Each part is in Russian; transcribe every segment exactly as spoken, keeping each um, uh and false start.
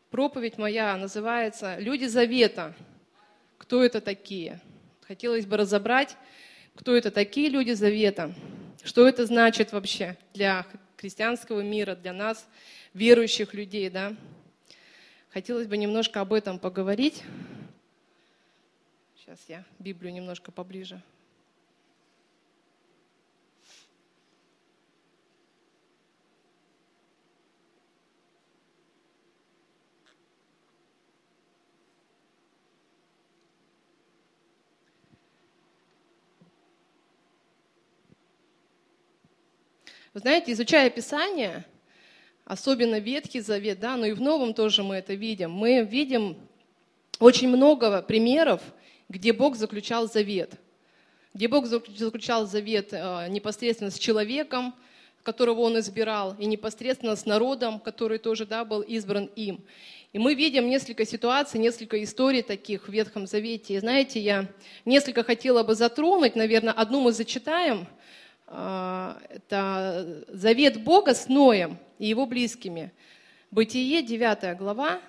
Проповедь моя называется «Люди Завета». Кто это такие? Хотелось бы разобрать, кто это такие люди Завета, что это значит вообще для христианского мира, для нас, верующих людей, да? Хотелось бы немножко об этом поговорить. Сейчас я Библию немножко поближе. Вы знаете, изучая Писание, особенно Ветхий Завет, да, но и в Новом тоже мы это видим, мы видим очень много примеров, где Бог заключал завет. Где Бог заключал завет непосредственно с человеком, которого Он избирал, и непосредственно с народом, который тоже, да, был избран им. И мы видим несколько ситуаций, несколько историй таких в Ветхом Завете. И знаете, я несколько хотела бы затронуть, наверное, одну мы зачитаем. Это завет Бога с Ноем и его близкими. Бытие, девятая глава.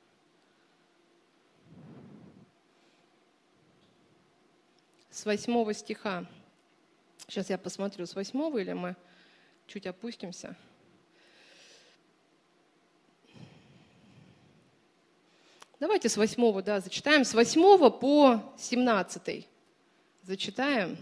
С восьмого стиха. Сейчас я посмотрю, с восьмого или мы чуть опустимся. Давайте с восьмого, да, зачитаем. С восьмого по семнадцатый зачитаем.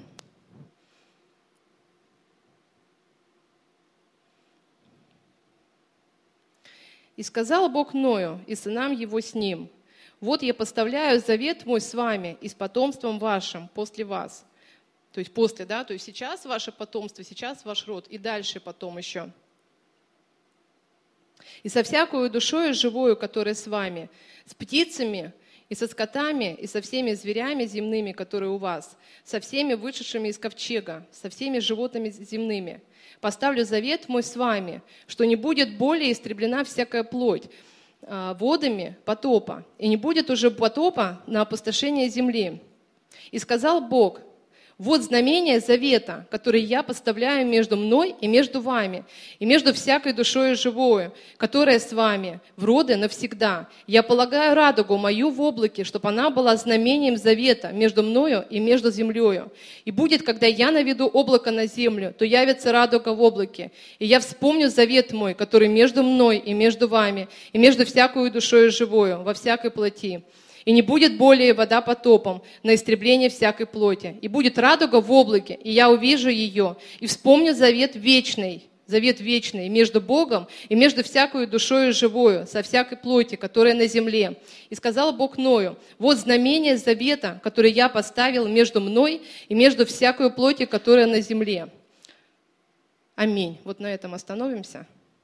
«И сказал Бог Ною и сынам его с ним: вот я поставляю завет мой с вами и с потомством вашим после вас». То есть после, да, то есть сейчас ваше потомство, сейчас ваш род, и дальше потом еще. «И со всякою душою живою, которая с вами, с птицами, и со скотами, и со всеми зверями земными, которые у вас, со всеми вышедшими из ковчега, со всеми животными земными. Поставлю завет мой с вами, что не будет более истреблена всякая плоть водами потопа, и не будет уже потопа на опустошение земли. И сказал Бог: вот знамение завета, которое я поставляю между мной и между вами, и между всякой душою живою, которая с вами, в роды навсегда. Я полагаю радугу мою в облаке, чтобы она была знамением завета между мною и между землею. И будет, когда я наведу облако на землю, то явится радуга в облаке. И я вспомню завет мой, который между мной и между вами, и между всякой душою живою, во всякой плоти. И не будет более вода потопом на истребление всякой плоти. И будет радуга в облаке, и я увижу ее, и вспомню завет вечный, завет вечный между Богом и между всякой душою живою, со всякой плоти, которая на земле. И сказал Бог Ною: вот знамение завета, которое я поставил между мной и между всякой плоти, которая на земле». Аминь. Вот на этом остановимся.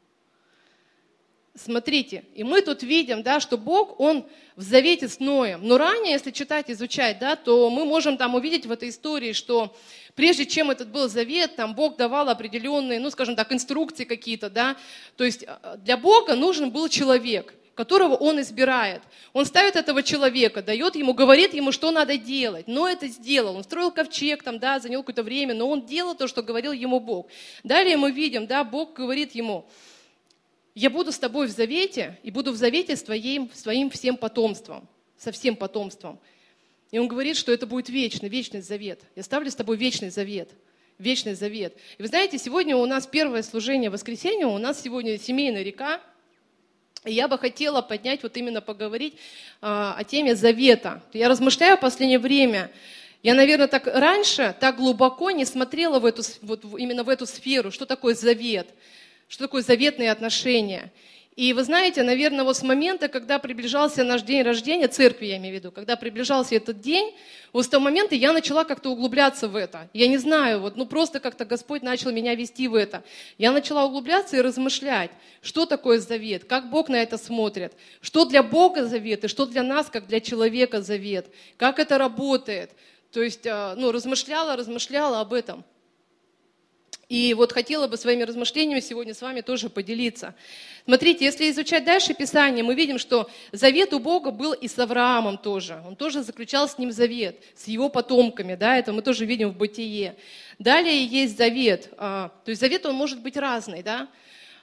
Смотрите, и мы тут видим, да, что Бог, Он в завете с Ноем. Но ранее, если читать, изучать, да, то мы можем там увидеть в этой истории, что прежде чем этот был завет, там Бог давал определенные, ну, скажем так, инструкции какие-то, да. То есть для Бога нужен был человек, которого Он избирает. Он ставит этого человека, дает ему, говорит ему, что надо делать. Но это сделал. Он строил ковчег, там, да, занял какое-то время, но он делал то, что говорил ему Бог. Далее мы видим, да, Бог говорит ему: я буду с тобой в завете, и буду в завете с твоим, с твоим всем потомством, со всем потомством. И он говорит, что это будет вечный, вечный завет. Я ставлю с тобой вечный завет, вечный завет. И вы знаете, сегодня у нас первое служение воскресенья, у нас сегодня семейная река. И я бы хотела поднять, вот именно поговорить а, о теме завета. Я размышляю в последнее время. Я, наверное, так раньше, так глубоко не смотрела в эту, вот именно в эту сферу, что такое завет. Что такое заветные отношения? И вы знаете, наверное, вот с момента, когда приближался наш день рождения, церкви я имею в виду, когда приближался этот день, вот с того момента я начала как-то углубляться в это. Я не знаю, вот, ну просто как-то Господь начал меня вести в это. Я начала углубляться и размышлять, что такое завет, как Бог на это смотрит, что для Бога завет и что для нас, как для человека завет, как это работает. То есть, ну, размышляла, размышляла об этом. И вот хотела бы своими размышлениями сегодня с вами тоже поделиться. Смотрите, если изучать дальше Писание, мы видим, что завет у Бога был и с Авраамом тоже. Он тоже заключал с ним завет, с его потомками, да, это мы тоже видим в Бытие. Далее есть завет, то есть завет он может быть разный, да.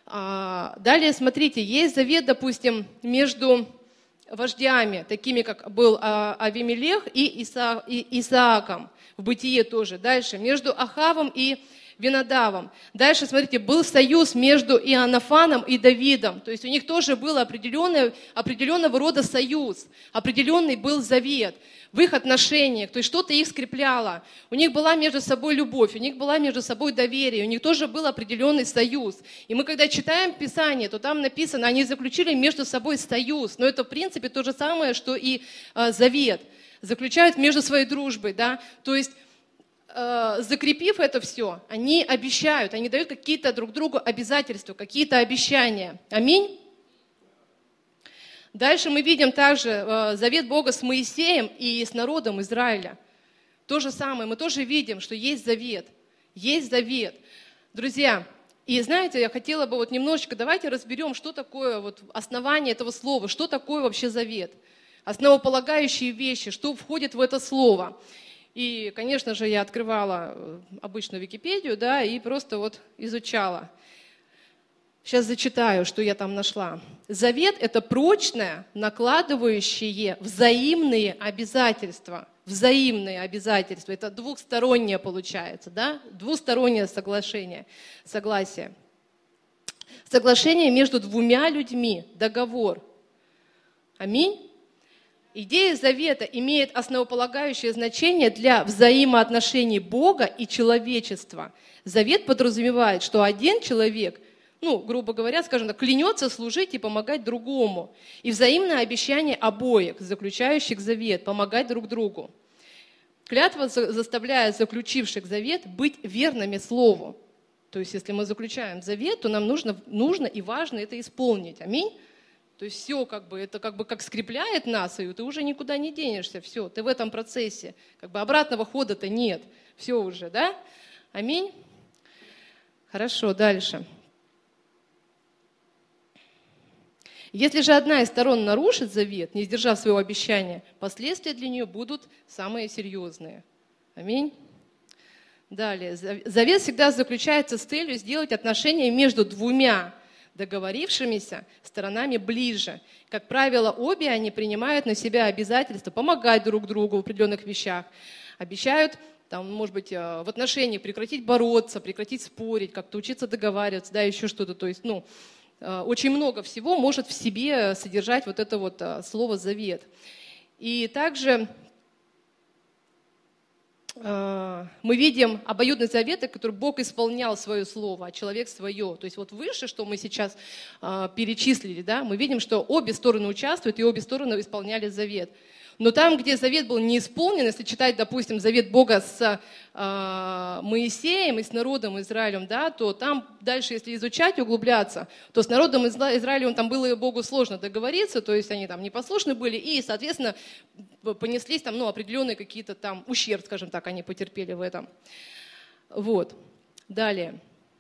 А, далее, смотрите, есть завет, допустим, между вождями, такими как был Авимелех и, Иса, и Исааком, в Бытие тоже. Дальше, между Ахавом и Винодавом. Дальше, смотрите, был союз между Иоаннафаном и Давидом. То есть у них тоже был определенный, определенного рода союз, определенный был завет в их отношениях. То есть что-то их скрепляло. У них была между собой любовь, у них была между собой доверие, у них тоже был определенный союз. И мы, когда читаем Писание, то там написано, они заключили между собой союз. Но это, в принципе, то же самое, что и э, завет. Заключают между своей дружбой, да. То есть закрепив это все, они обещают, они дают какие-то друг другу обязательства, какие-то обещания. Аминь. Дальше мы видим также завет Бога с Моисеем и с народом Израиля. То же самое, мы тоже видим, что есть завет. Есть завет. Друзья, и знаете, я хотела бы вот немножечко, давайте разберем, что такое вот основание этого слова, что такое вообще завет. Основополагающие вещи, что входит в это слово. И, конечно же, я открывала обычную Википедию, да, и просто вот изучала. Сейчас зачитаю, что я там нашла. Завет – это прочное, накладывающее взаимные обязательства. Взаимные обязательства. Это двухстороннее получается, да? Двустороннее соглашение, согласие. Соглашение между двумя людьми, договор. Аминь. Идея завета имеет основополагающее значение для взаимоотношений Бога и человечества. Завет подразумевает, что один человек, ну, грубо говоря, скажем так, клянется служить и помогать другому. И взаимное обещание обоих, заключающих завет, помогать друг другу. Клятва заставляет заключивших завет быть верными слову. То есть, если мы заключаем завет, то нам нужно, нужно и важно это исполнить. Аминь. То есть все как бы, это как бы как скрепляет нас, и ты уже никуда не денешься, все, ты в этом процессе. Как бы обратного хода-то нет, все уже, да? Аминь. Хорошо, дальше. Если же одна из сторон нарушит завет, не сдержав своего обещания, последствия для нее будут самые серьезные. Аминь. Далее. Завет всегда заключается с целью сделать отношения между двумя договорившимися сторонами ближе. Как правило, обе они принимают на себя обязательство помогать друг другу в определенных вещах. Обещают, там, может быть, в отношениях прекратить бороться, прекратить спорить, как-то учиться договариваться, да, еще что-то. То есть, ну, очень много всего может в себе содержать вот это вот слово «завет». И также мы видим обоюдные заветы, которые Бог исполнял свое слово, а человек свое. То есть вот выше, что мы сейчас э, перечислили, да, мы видим, что обе стороны участвуют и обе стороны исполняли завет. Но там, где завет был не исполнен, если читать, допустим, завет Бога с э, Моисеем и с народом Израилем, да, то там дальше, если изучать, углубляться, то с народом Изра- Израилем там было Богу сложно договориться, то есть они там непослушны были и, соответственно, понеслись там, ну, определенные какие-то там ущерб, скажем так, они потерпели в этом. Вот. Далее.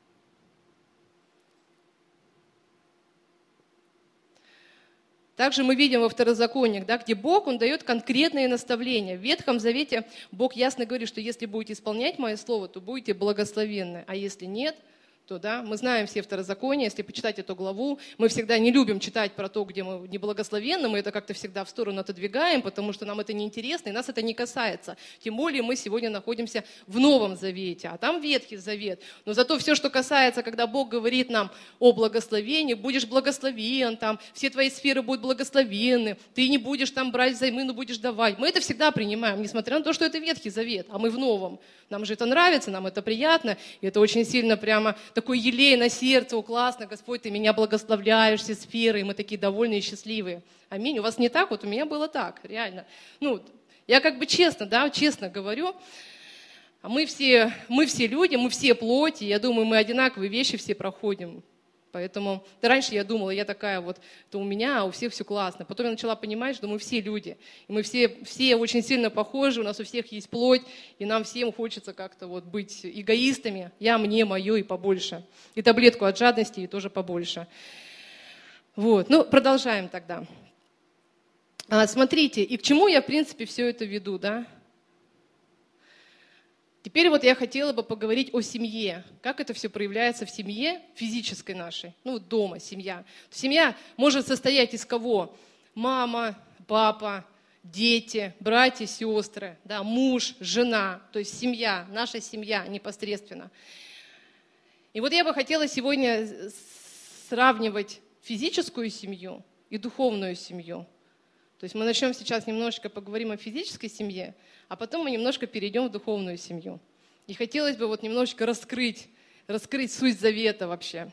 Также мы видим во Второзакониях, да, где Бог, Он дает конкретные наставления. В Ветхом Завете Бог ясно говорит, что если будете исполнять Мое Слово, то будете благословенны, а если нет, то да, мы знаем все Второзакония, если почитать эту главу, мы всегда не любим читать про то, где мы неблагословенны, мы это как-то всегда в сторону отодвигаем, потому что нам это неинтересно, и нас это не касается. Тем более мы сегодня находимся в Новом Завете, а там Ветхий Завет. Но зато все, что касается, когда Бог говорит нам о благословении, будешь благословен, там, все твои сферы будут благословенны, ты не будешь там брать взаймы, но будешь давать. Мы это всегда принимаем, несмотря на то, что это Ветхий Завет, а мы в Новом. Нам же это нравится, нам это приятно, и это очень сильно прямо такой елей на сердце, о, классно, Господь, Ты меня благословляешь, все сферы, и мы такие довольные и счастливые. Аминь. У вас не так? Вот у меня было так, реально. Ну, я как бы честно, да, честно говорю, мы все, мы все люди, мы все плоти, я думаю, мы одинаковые вещи все проходим. Поэтому да, раньше я думала, я такая вот, это у меня, а у всех все классно. Потом я начала понимать, что мы все люди. И мы все, все очень сильно похожи, у нас у всех есть плоть, и нам всем хочется как-то вот быть эгоистами. Я, мне, мое и побольше. И таблетку от жадности, и тоже побольше. Вот, ну, продолжаем тогда. А, смотрите, и к чему я, в принципе, все это веду, да? Теперь вот я хотела бы поговорить о семье. Как это все проявляется в семье физической нашей, ну дома, семья. Семья может состоять из кого? Мама, папа, дети, братья, сестры, да, муж, жена, то есть семья, наша семья непосредственно. И вот я бы хотела сегодня сравнивать физическую семью и духовную семью. То есть мы начнем сейчас немножечко поговорим о физической семье, а потом мы немножко перейдем в духовную семью. И хотелось бы вот немножечко раскрыть, раскрыть суть завета вообще.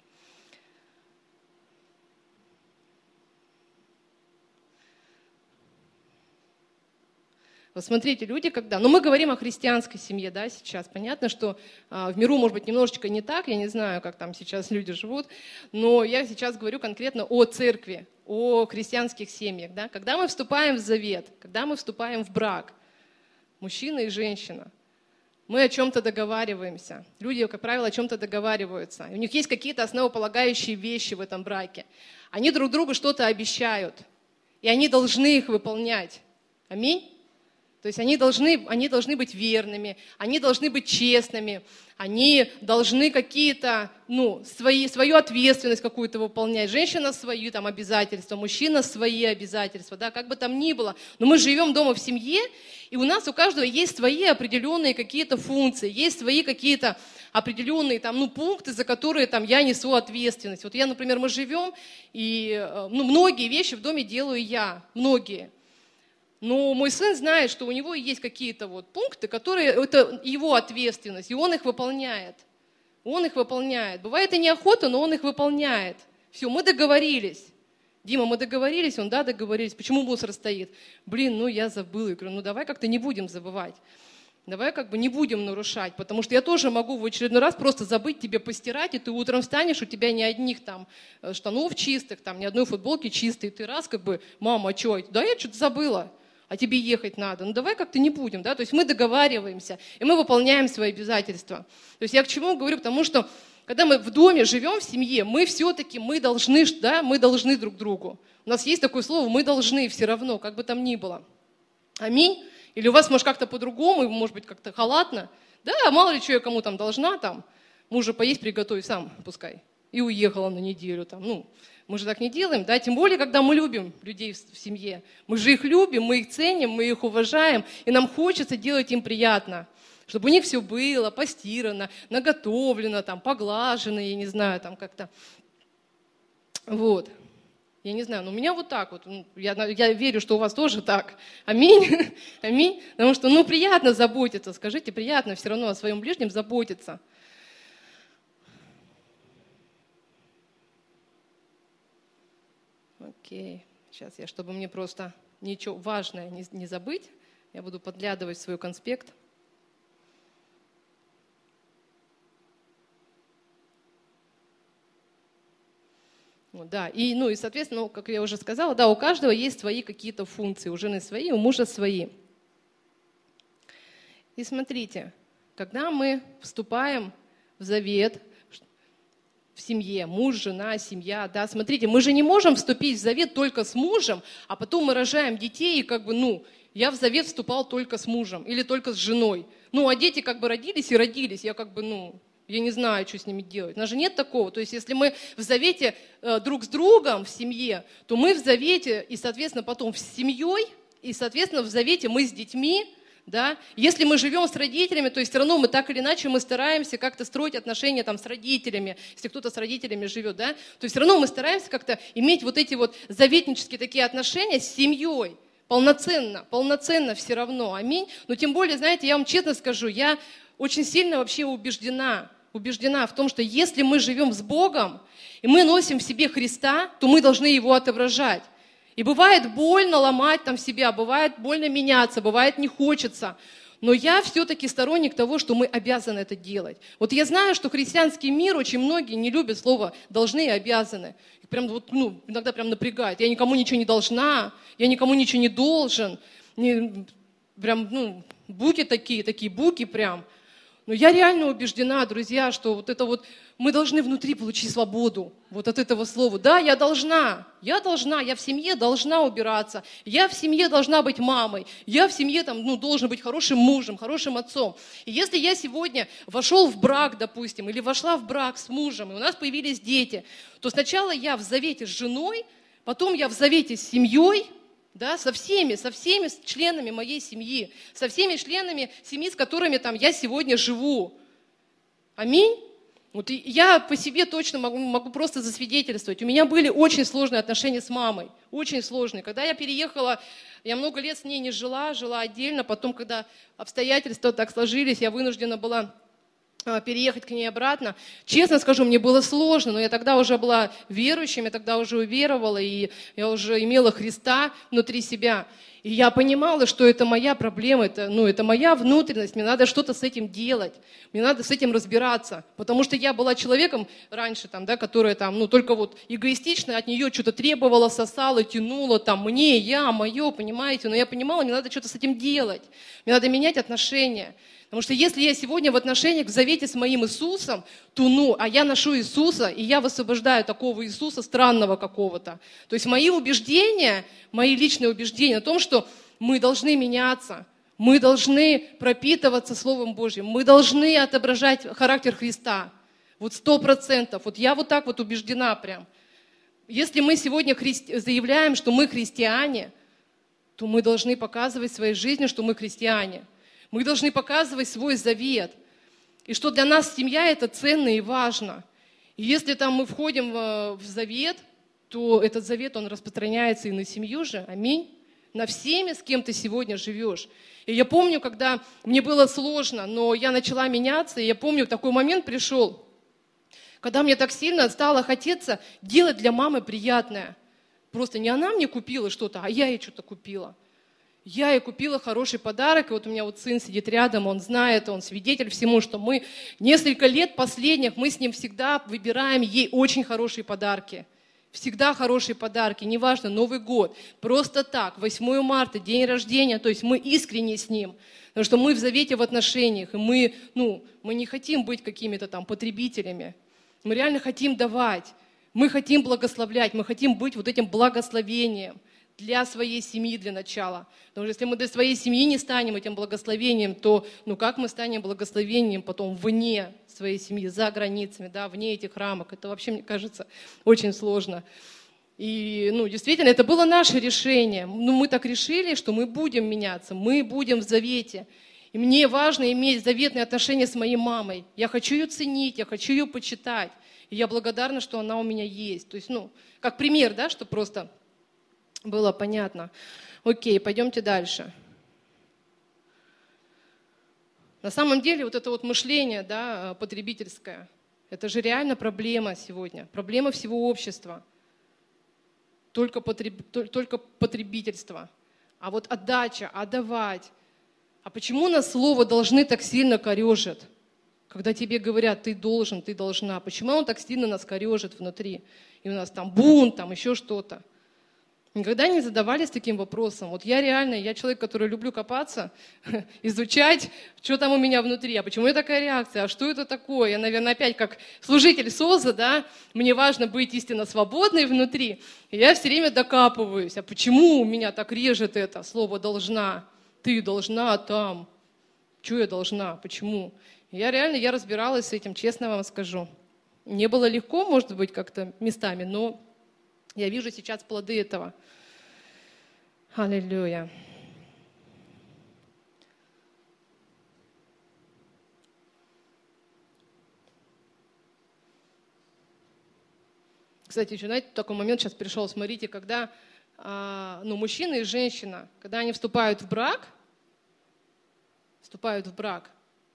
Вот смотрите, люди когда... Ну, мы говорим о христианской семье, да, сейчас. Понятно, что а, в миру, может быть, немножечко не так, я не знаю, как там сейчас люди живут, но я сейчас говорю конкретно о церкви, о христианских семьях, да. Когда мы вступаем в завет, когда мы вступаем в брак, мужчина и женщина, мы о чем-то договариваемся. Люди, как правило, о чем-то договариваются. У них есть какие-то основополагающие вещи в этом браке. Они друг другу что-то обещают, и они должны их выполнять. Аминь. То есть они должны, они должны быть верными, они должны быть честными, они должны какие-то, ну, свои, свою ответственность какую-то выполнять. Женщина свои там обязательства, мужчина свои обязательства, да, как бы там ни было. Но мы живем дома в семье, и у нас у каждого есть свои определенные какие-то функции, есть свои какие-то определенные там, ну, пункты, за которые там, я несу ответственность. Вот я, например, мы живем, и ну, многие вещи в доме делаю я, многие. Но мой сын знает, что у него есть какие-то вот пункты, которые, это его ответственность, и он их выполняет. Он их выполняет. Бывает и неохота, но он их выполняет. Все, мы договорились. Дима, мы договорились? Он, да, договорились. Почему мусор стоит? Блин, ну я забыл. Я говорю, ну давай как-то не будем забывать. Давай как бы не будем нарушать, потому что я тоже могу в очередной раз просто забыть тебе постирать, и ты утром встанешь, у тебя ни одних там штанов чистых, там ни одной футболки чистой, и ты раз как бы, мама, а что? Да я что-то забыла. А тебе ехать надо. Ну давай как-то не будем, да, то есть мы договариваемся, и мы выполняем свои обязательства. То есть я к чему говорю, потому что когда мы в доме живем, в семье, мы все-таки, мы должны, да, мы должны друг другу. У нас есть такое слово, мы должны все равно, как бы там ни было. Аминь. Или у вас, может, как-то по-другому, может быть, как-то халатно. Да, мало ли, что я кому там должна, там, мужа поесть приготовить сам, пускай. И уехала на неделю, там, ну, мы же так не делаем, да, тем более, когда мы любим людей в семье. Мы же их любим, мы их ценим, мы их уважаем, и нам хочется делать им приятно, чтобы у них все было постирано, наготовлено, там, поглажено, я не знаю, там как-то. Вот. Я не знаю, но у меня вот так вот. Я, я верю, что у вас тоже так. Аминь. Аминь. Потому что, ну, приятно заботиться, скажите, приятно все равно о своем ближнем заботиться. Окей, сейчас я, чтобы мне просто ничего важное не, не забыть, я буду подглядывать в свой конспект. Вот, да, и, ну, и, соответственно, ну, как я уже сказала, да, у каждого есть свои какие-то функции, у жены свои, у мужа свои. И смотрите, когда мы вступаем в завет, в семье, муж, жена, семья, да, смотрите, мы же не можем вступить в завет только с мужем, а потом мы рожаем детей, и как бы, ну, я в завет вступал только с мужем или только с женой. Ну, а дети как бы родились и родились, я как бы, ну, я не знаю, что с ними делать. У нас же нет такого. То есть, если мы в завете э, друг с другом в семье, то мы в завете, и, соответственно, потом с семьей, и, соответственно, в завете мы с детьми. Да? Если мы живем с родителями, то есть все равно мы так или иначе мы стараемся как-то строить отношения там, с родителями, если кто-то с родителями живет, да? То есть все равно мы стараемся как-то иметь вот эти вот заветнические такие отношения с семьей, полноценно, полноценно все равно, аминь. Но тем более, знаете, я вам честно скажу, я очень сильно вообще убеждена, убеждена в том, что если мы живем с Богом, и мы носим в себе Христа, то мы должны Его отображать. И бывает больно ломать там себя, бывает больно меняться, бывает не хочется. Но я все-таки сторонник того, что мы обязаны это делать. Вот я знаю, что христианский мир, очень многие не любят слово «должны» и «обязаны». И прям, вот, ну, иногда прям напрягает. Я никому ничего не должна, я никому ничего не должен. Не, прям, ну, буки такие, такие буки прям. Но я реально убеждена, друзья, что вот это вот мы должны внутри получить свободу вот от этого слова. Да, я должна, я должна, я в семье должна убираться, я в семье должна быть мамой, я в семье там, ну, должен быть хорошим мужем, хорошим отцом. И если я сегодня вошел в брак, допустим, или вошла в брак с мужем, и у нас появились дети, то сначала я в завете с женой, потом я в завете с семьей, да, со всеми, со всеми членами моей семьи, со всеми членами семьи, с которыми там я сегодня живу. Аминь. Вот я по себе точно могу, могу просто засвидетельствовать. У меня были очень сложные отношения с мамой, очень сложные. Когда я переехала, я много лет с ней не жила, жила отдельно. Потом, когда обстоятельства так сложились, я вынуждена была переехать к ней обратно. Честно скажу, мне было сложно, но я тогда уже была верующим, я тогда уже уверовала, и я уже имела Христа внутри себя. И я понимала, что это моя проблема, это, ну, это моя внутренность, мне надо что-то с этим делать, мне надо с этим разбираться. Потому что я была человеком раньше, там, да, которая там, ну, только вот эгоистично от нее что-то требовала, сосала, тянула, там, мне, я, мое, понимаете. Но я понимала, мне надо что-то с этим делать, мне надо менять отношения. Потому что если я сегодня в отношениях в завете с моим Иисусом, то ну, а я ношу Иисуса, и я высвобождаю такого Иисуса странного какого-то. То есть мои убеждения, мои личные убеждения о том, что мы должны меняться, мы должны пропитываться Словом Божьим, мы должны отображать характер Христа. Вот сто процентов. Вот я вот так вот убеждена прям. Если мы сегодня хри... заявляем, что мы христиане, то мы должны показывать своей жизнью, что мы христиане. Мы должны показывать свой завет. И что для нас семья – это ценно и важно. И если там мы входим в завет, то этот завет, он распространяется и на семью же. Аминь. На всеми, с кем ты сегодня живешь. И я помню, когда мне было сложно, но я начала меняться, и я помню, такой момент пришел, когда мне так сильно стало хотеться делать для мамы приятное. Просто не она мне купила что-то, а я ей что-то купила. Я ей купила хороший подарок, и вот у меня вот сын сидит рядом, он знает, он свидетель всему, что мы несколько лет последних, мы с ним всегда выбираем ей очень хорошие подарки. Всегда хорошие подарки, неважно, Новый год, просто так, восьмое марта, день рождения, то есть мы искренне с ним, потому что мы в завете в отношениях, и мы, ну, мы не хотим быть какими-то там потребителями, мы реально хотим давать, мы хотим благословлять, мы хотим быть вот этим благословением для своей семьи, для начала. Потому что если мы для своей семьи не станем этим благословением, то ну как мы станем благословением потом вне своей семьи, за границами, да, вне этих рамок? Это вообще, мне кажется, очень сложно. И ну, действительно, это было наше решение. Ну, мы так решили, что мы будем меняться, мы будем в завете. И мне важно иметь заветные отношения с моей мамой. Я хочу ее ценить, я хочу ее почитать. И я благодарна, что она у меня есть. То есть, ну, как пример, да, что просто было понятно. Окей, пойдемте дальше. На самом деле вот это вот мышление, да, потребительское, это же реально проблема сегодня, проблема всего общества. Только, потреб... только потребительство. А вот отдача, отдавать. А почему нас слово «должны» так сильно корежит? Когда тебе говорят «ты должен», «ты должна». Почему он так сильно нас корежит внутри? И у нас там бунт, там еще что-то. Никогда не задавались таким вопросом. Вот я реально, я человек, который люблю копаться, изучать, что там у меня внутри, а почему у меня такая реакция, а что это такое? Я, наверное, опять как служитель СОЗа, да, мне важно быть истинно свободной внутри, и я все время докапываюсь, а почему у меня так режет это слово «должна», «ты должна там», что я должна, почему? И я реально, я разбиралась с этим, честно вам скажу. Не было легко, может быть, как-то местами, но я вижу сейчас плоды этого. Аллилуйя. Кстати, еще, знаете, такой момент сейчас пришел, смотрите, когда ну, мужчина и женщина, когда они вступают в брак, вступают в брак,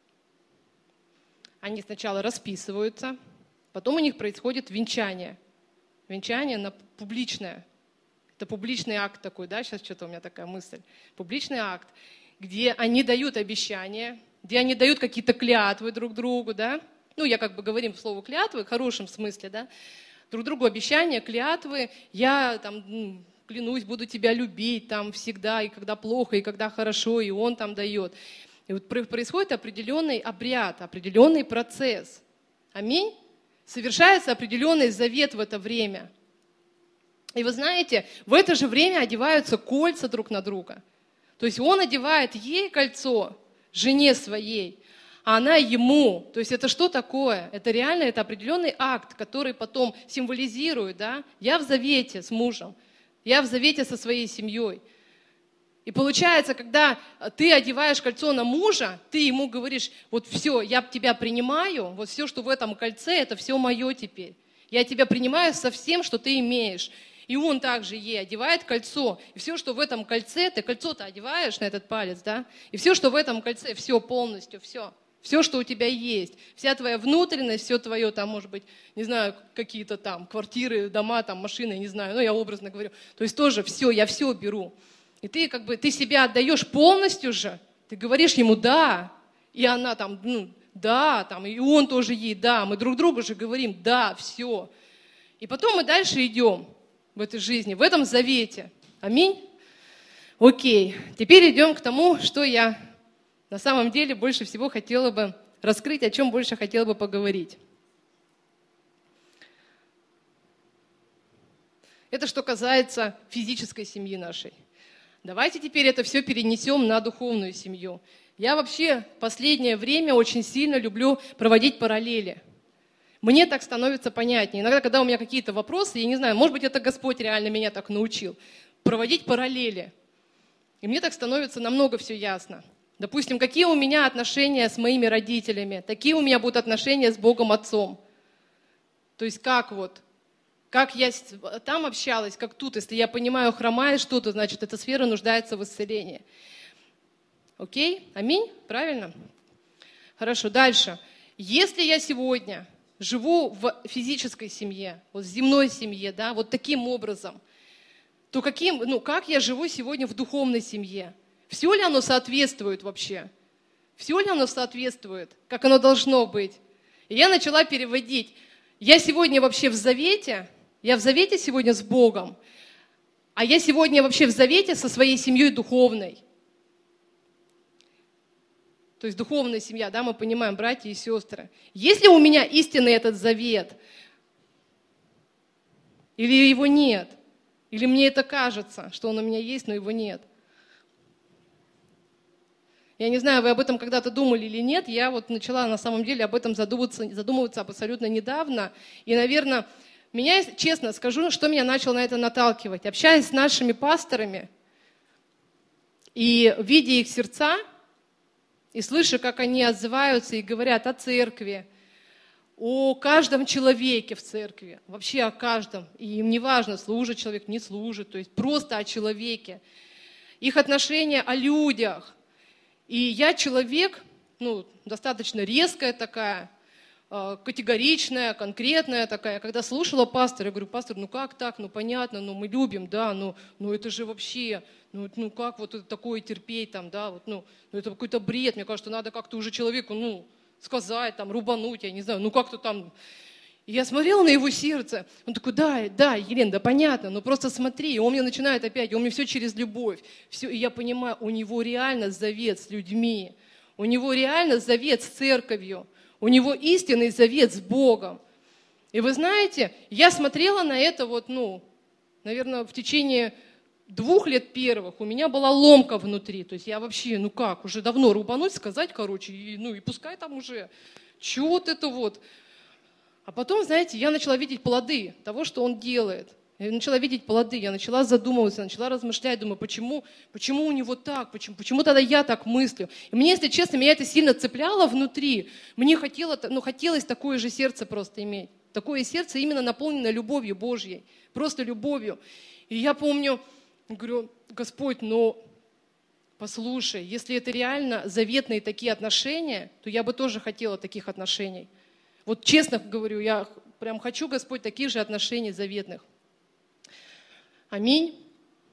они сначала расписываются, потом у них происходит венчание. Венчание на публичное. Это публичный акт такой, да, сейчас что-то у меня такая мысль. Публичный акт, где они дают обещания, где они дают какие-то клятвы друг другу, да. Ну, я как бы говорим слово клятвы в хорошем смысле, да. Друг другу обещания, клятвы. Я там ну, клянусь, буду тебя любить там всегда, и когда плохо, и когда хорошо, и он там дает. И вот происходит определенный обряд, определенный процесс. Аминь. Совершается определенный завет в это время. И вы знаете, в это же время одеваются кольца друг на друга. То есть он одевает ей кольцо, жене своей, а она ему. То есть это что такое? Это реально, это определенный акт, который потом символизирует, да? Я в завете с мужем, я в завете со своей семьей. И получается, когда ты одеваешь кольцо на мужа, ты ему говоришь, вот все, я тебя принимаю, вот все, что в этом кольце, это все мое теперь. Я тебя принимаю со всем, что ты имеешь. И он также ей одевает кольцо. И все, что в этом кольце, ты кольцо-то одеваешь на этот палец, да? И все, что в этом кольце, все полностью, все. Все, что у тебя есть. Вся твоя внутренность, все твое, там, может быть, не знаю, какие-то там квартиры, дома, там, машины, не знаю, ну, я образно говорю. То есть тоже все, я все беру. И ты как бы, ты себя отдаешь полностью же. Ты говоришь ему «да». И она там, ну, да, там, и он тоже ей «да». Мы друг другу же говорим «да», все. И потом мы дальше идем в этой жизни, в этом завете. Аминь. Окей. Теперь идем к тому, что я на самом деле больше всего хотела бы раскрыть, о чем больше хотела бы поговорить. Это что касается физической семьи нашей. Давайте теперь это все перенесем на духовную семью. Я вообще в последнее время очень сильно люблю проводить параллели. Мне так становится понятнее. Иногда, когда у меня какие-то вопросы, я не знаю, может быть, это Господь реально меня так научил, проводить параллели. И мне так становится намного все ясно. Допустим, какие у меня отношения с моими родителями, такие у меня будут отношения с Богом Отцом. То есть как вот, как я там общалась, как тут. Если я понимаю, хромает что-то, значит, эта сфера нуждается в исцелении. Окей? Аминь? Правильно? Хорошо, дальше. Если я сегодня живу в физической семье, вот в земной семье, да, вот таким образом, то каким, ну, как я живу сегодня в духовной семье? Все ли оно соответствует вообще? Все ли оно соответствует, как оно должно быть? И я начала переводить. Я сегодня вообще в завете, я в завете сегодня с Богом, а я сегодня вообще в завете со своей семьей духовной. То есть духовная семья, да, мы понимаем, братья и сестры. Есть ли у меня истинный этот завет? Или его нет? Или мне это кажется, что он у меня есть, но его нет? Я не знаю, вы об этом когда-то думали или нет. Я вот начала на самом деле об этом задумываться, задумываться абсолютно недавно. И, наверное, меня, честно скажу, что меня начало на это наталкивать. Общаясь с нашими пасторами и видя их сердца, и слыша, как они отзываются и говорят о церкви, о каждом человеке в церкви, вообще о каждом. И им не важно, служит человек, не служит, то есть просто о человеке. Их отношения о людях. И я человек, ну, достаточно резкая такая, категоричная, конкретная такая. Когда слушала пастора, я говорю: пастор, ну как так, ну понятно, ну мы любим, да, ну, ну это же вообще, ну, ну как вот это такое терпеть там, да, вот, ну, ну это какой-то бред, мне кажется, надо как-то уже человеку, ну, сказать, там, рубануть, я не знаю, ну как-то там. И я смотрела на его сердце, он такой: да, да, Елена, да понятно, но просто смотри, и он мне начинает опять, он мне все через любовь, все, и я понимаю, у него реально завет с людьми, у него реально завет с церковью. У него истинный завет с Богом. И вы знаете, я смотрела на это вот, ну, наверное, в течение двух лет первых у меня была ломка внутри. То есть я вообще, ну как, уже давно рубануть, сказать, короче, и, ну и пускай там уже, чего вот это вот. А потом, знаете, я начала видеть плоды того, что он делает. Я начала видеть плоды, я начала задумываться, начала размышлять, думаю, почему, почему у него так, почему, почему тогда я так мыслю. И мне, если честно, меня это сильно цепляло внутри. Мне хотелось, ну, хотелось такое же сердце просто иметь. Такое сердце именно наполненное любовью Божьей, просто любовью. И я помню, говорю: Господь, ну послушай, если это реально заветные такие отношения, то я бы тоже хотела таких отношений. Вот честно говорю, я прям хочу, Господь, таких же отношений заветных. Аминь.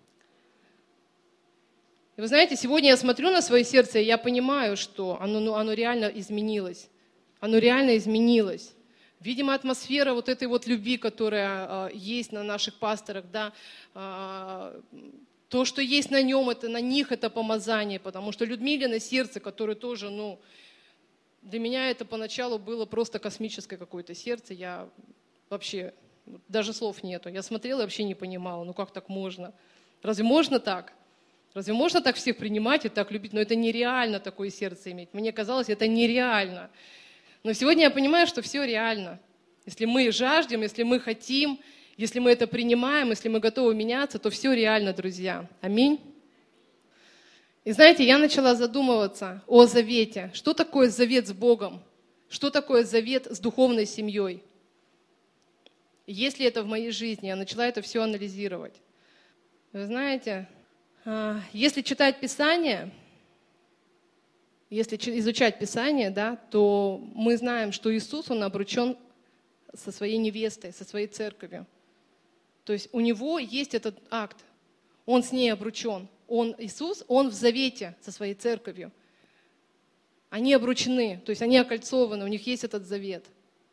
И вы знаете, сегодня я смотрю на свое сердце, и я понимаю, что оно, ну, оно реально изменилось. Оно реально изменилось. Видимо, атмосфера вот этой вот любви, которая э, есть на наших пасторах, да, э, То, что есть на нем, это на них это помазание, потому что Людмилино сердце, которое тоже, ну, для меня это поначалу было просто космическое какое-то сердце. Я вообще, даже слов нету. Я смотрела и вообще не понимала, ну как так можно? Разве можно так? Разве можно так всех принимать и так любить? Но это нереально такое сердце иметь. Мне казалось, это нереально. Но сегодня я понимаю, что все реально. Если мы жаждем, если мы хотим, если мы это принимаем, если мы готовы меняться, то все реально, друзья. Аминь. И знаете, я начала задумываться о завете. Что такое завет с Богом? Что такое завет с духовной семьей? Есть ли это в моей жизни? Я начала это все анализировать. Вы знаете, если читать Писание, если изучать Писание, да, то мы знаем, что Иисус, Он обручен со своей невестой, со своей церковью. То есть у Него есть этот акт. Он с ней обручен. Он, Иисус, Он в завете со своей церковью. Они обручены, то есть они окольцованы, у них есть этот завет.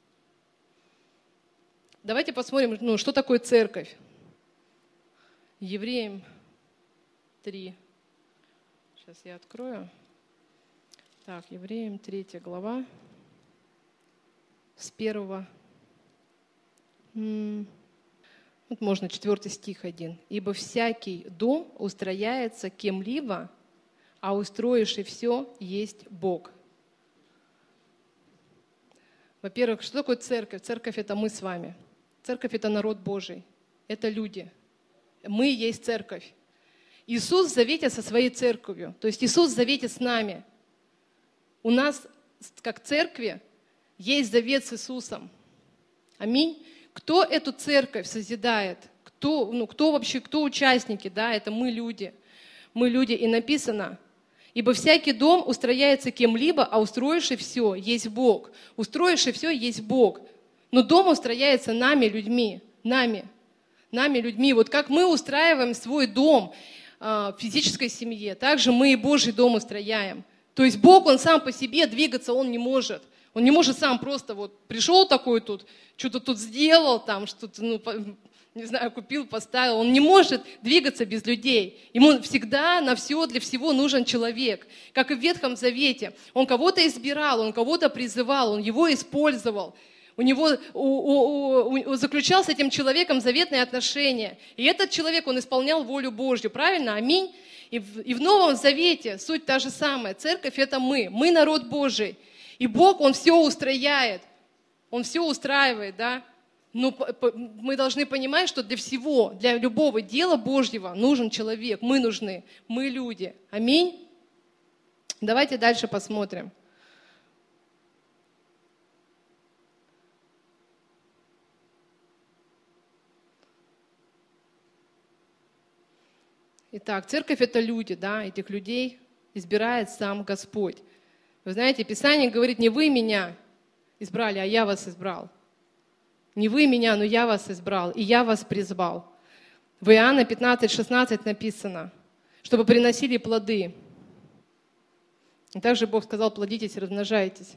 Давайте посмотрим, ну, что такое церковь. Евреям три. Сейчас я открою. Так, Евреям третья глава. С первого. Вот можно четвертый стих один. «Ибо всякий дом устрояется кем-либо, а устроивший все есть Бог». Во-первых, что такое церковь? Церковь — это мы с вами. Церковь — это народ Божий. Это люди. Мы есть церковь. Иисус в завете со своей церковью. То есть Иисус в завете с нами. У нас, как церкви, есть завет с Иисусом. Аминь. Кто эту церковь созидает? Кто, ну, кто вообще, кто участники? Да, это мы люди. Мы люди. И написано: «Ибо всякий дом устрояется кем-либо, а устроивший все есть Бог». Устроивший все есть Бог. Но дом устрояется нами, людьми. Нами. Нами, людьми. Вот как мы устраиваем свой дом в физической семье, так же мы и Божий дом устрояем. То есть Бог, Он сам по себе двигаться Он не может. Он не может сам просто вот пришел такой тут, что-то тут сделал, там что-то, ну, не знаю, купил, поставил. Он не может двигаться без людей. Ему всегда на все, для всего нужен человек. Как и в Ветхом Завете. Он кого-то избирал, он кого-то призывал, он его использовал. У него у, у, у, заключал с этим человеком заветные отношения. И этот человек, он исполнял волю Божью. Правильно? Аминь. И в, и в Новом Завете суть та же самая. Церковь — это мы. Мы народ Божий. И Бог, Он все устрояет. Он все устраивает, да. Но мы должны понимать, что для всего, для любого дела Божьего нужен человек. Мы нужны. Мы люди. Аминь. Давайте дальше посмотрим. Итак, церковь — это люди, да, этих людей избирает сам Господь. Вы знаете, Писание говорит: не вы меня избрали, а я вас избрал. Не вы меня, но я вас избрал, и я вас призвал. В Иоанна пятнадцать шестнадцать написано, чтобы приносили плоды. И также Бог сказал: плодитесь и размножайтесь.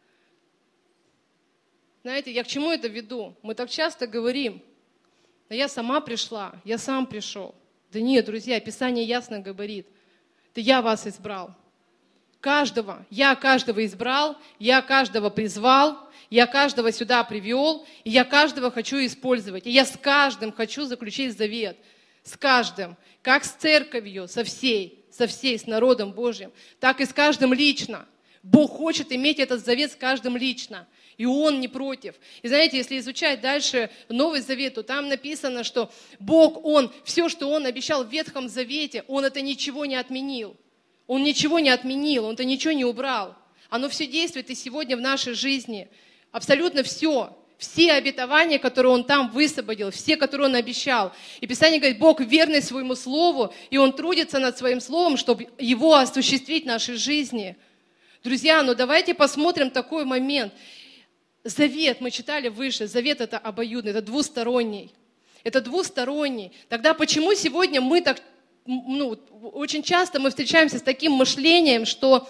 Знаете, я к чему это веду? Мы так часто говорим: да я сама пришла, я сам пришел. Да нет, друзья, Писание ясно говорит: да я вас избрал. Каждого. Я каждого избрал, я каждого призвал, я каждого сюда привел, и я каждого хочу использовать. И я с каждым хочу заключить завет. С каждым. Как с церковью, со всей, со всей, с народом Божьим, так и с каждым лично. Бог хочет иметь этот завет с каждым лично. И Он не против. И знаете, если изучать дальше Новый Завет, то там написано, что Бог, Он, все, что Он обещал в Ветхом Завете, Он это ничего не отменил. Он ничего не отменил, Он это ничего не убрал. Оно все действует и сегодня в нашей жизни. Абсолютно все. Все обетования, которые Он там высвободил, все, которые Он обещал. И Писание говорит: Бог верный своему слову, и Он трудится над своим словом, чтобы его осуществить в нашей жизни. Друзья, ну давайте посмотрим такой момент. Завет, мы читали выше, завет — это обоюдный, это двусторонний. Это двусторонний. Тогда почему сегодня мы так, ну, очень часто мы встречаемся с таким мышлением, что,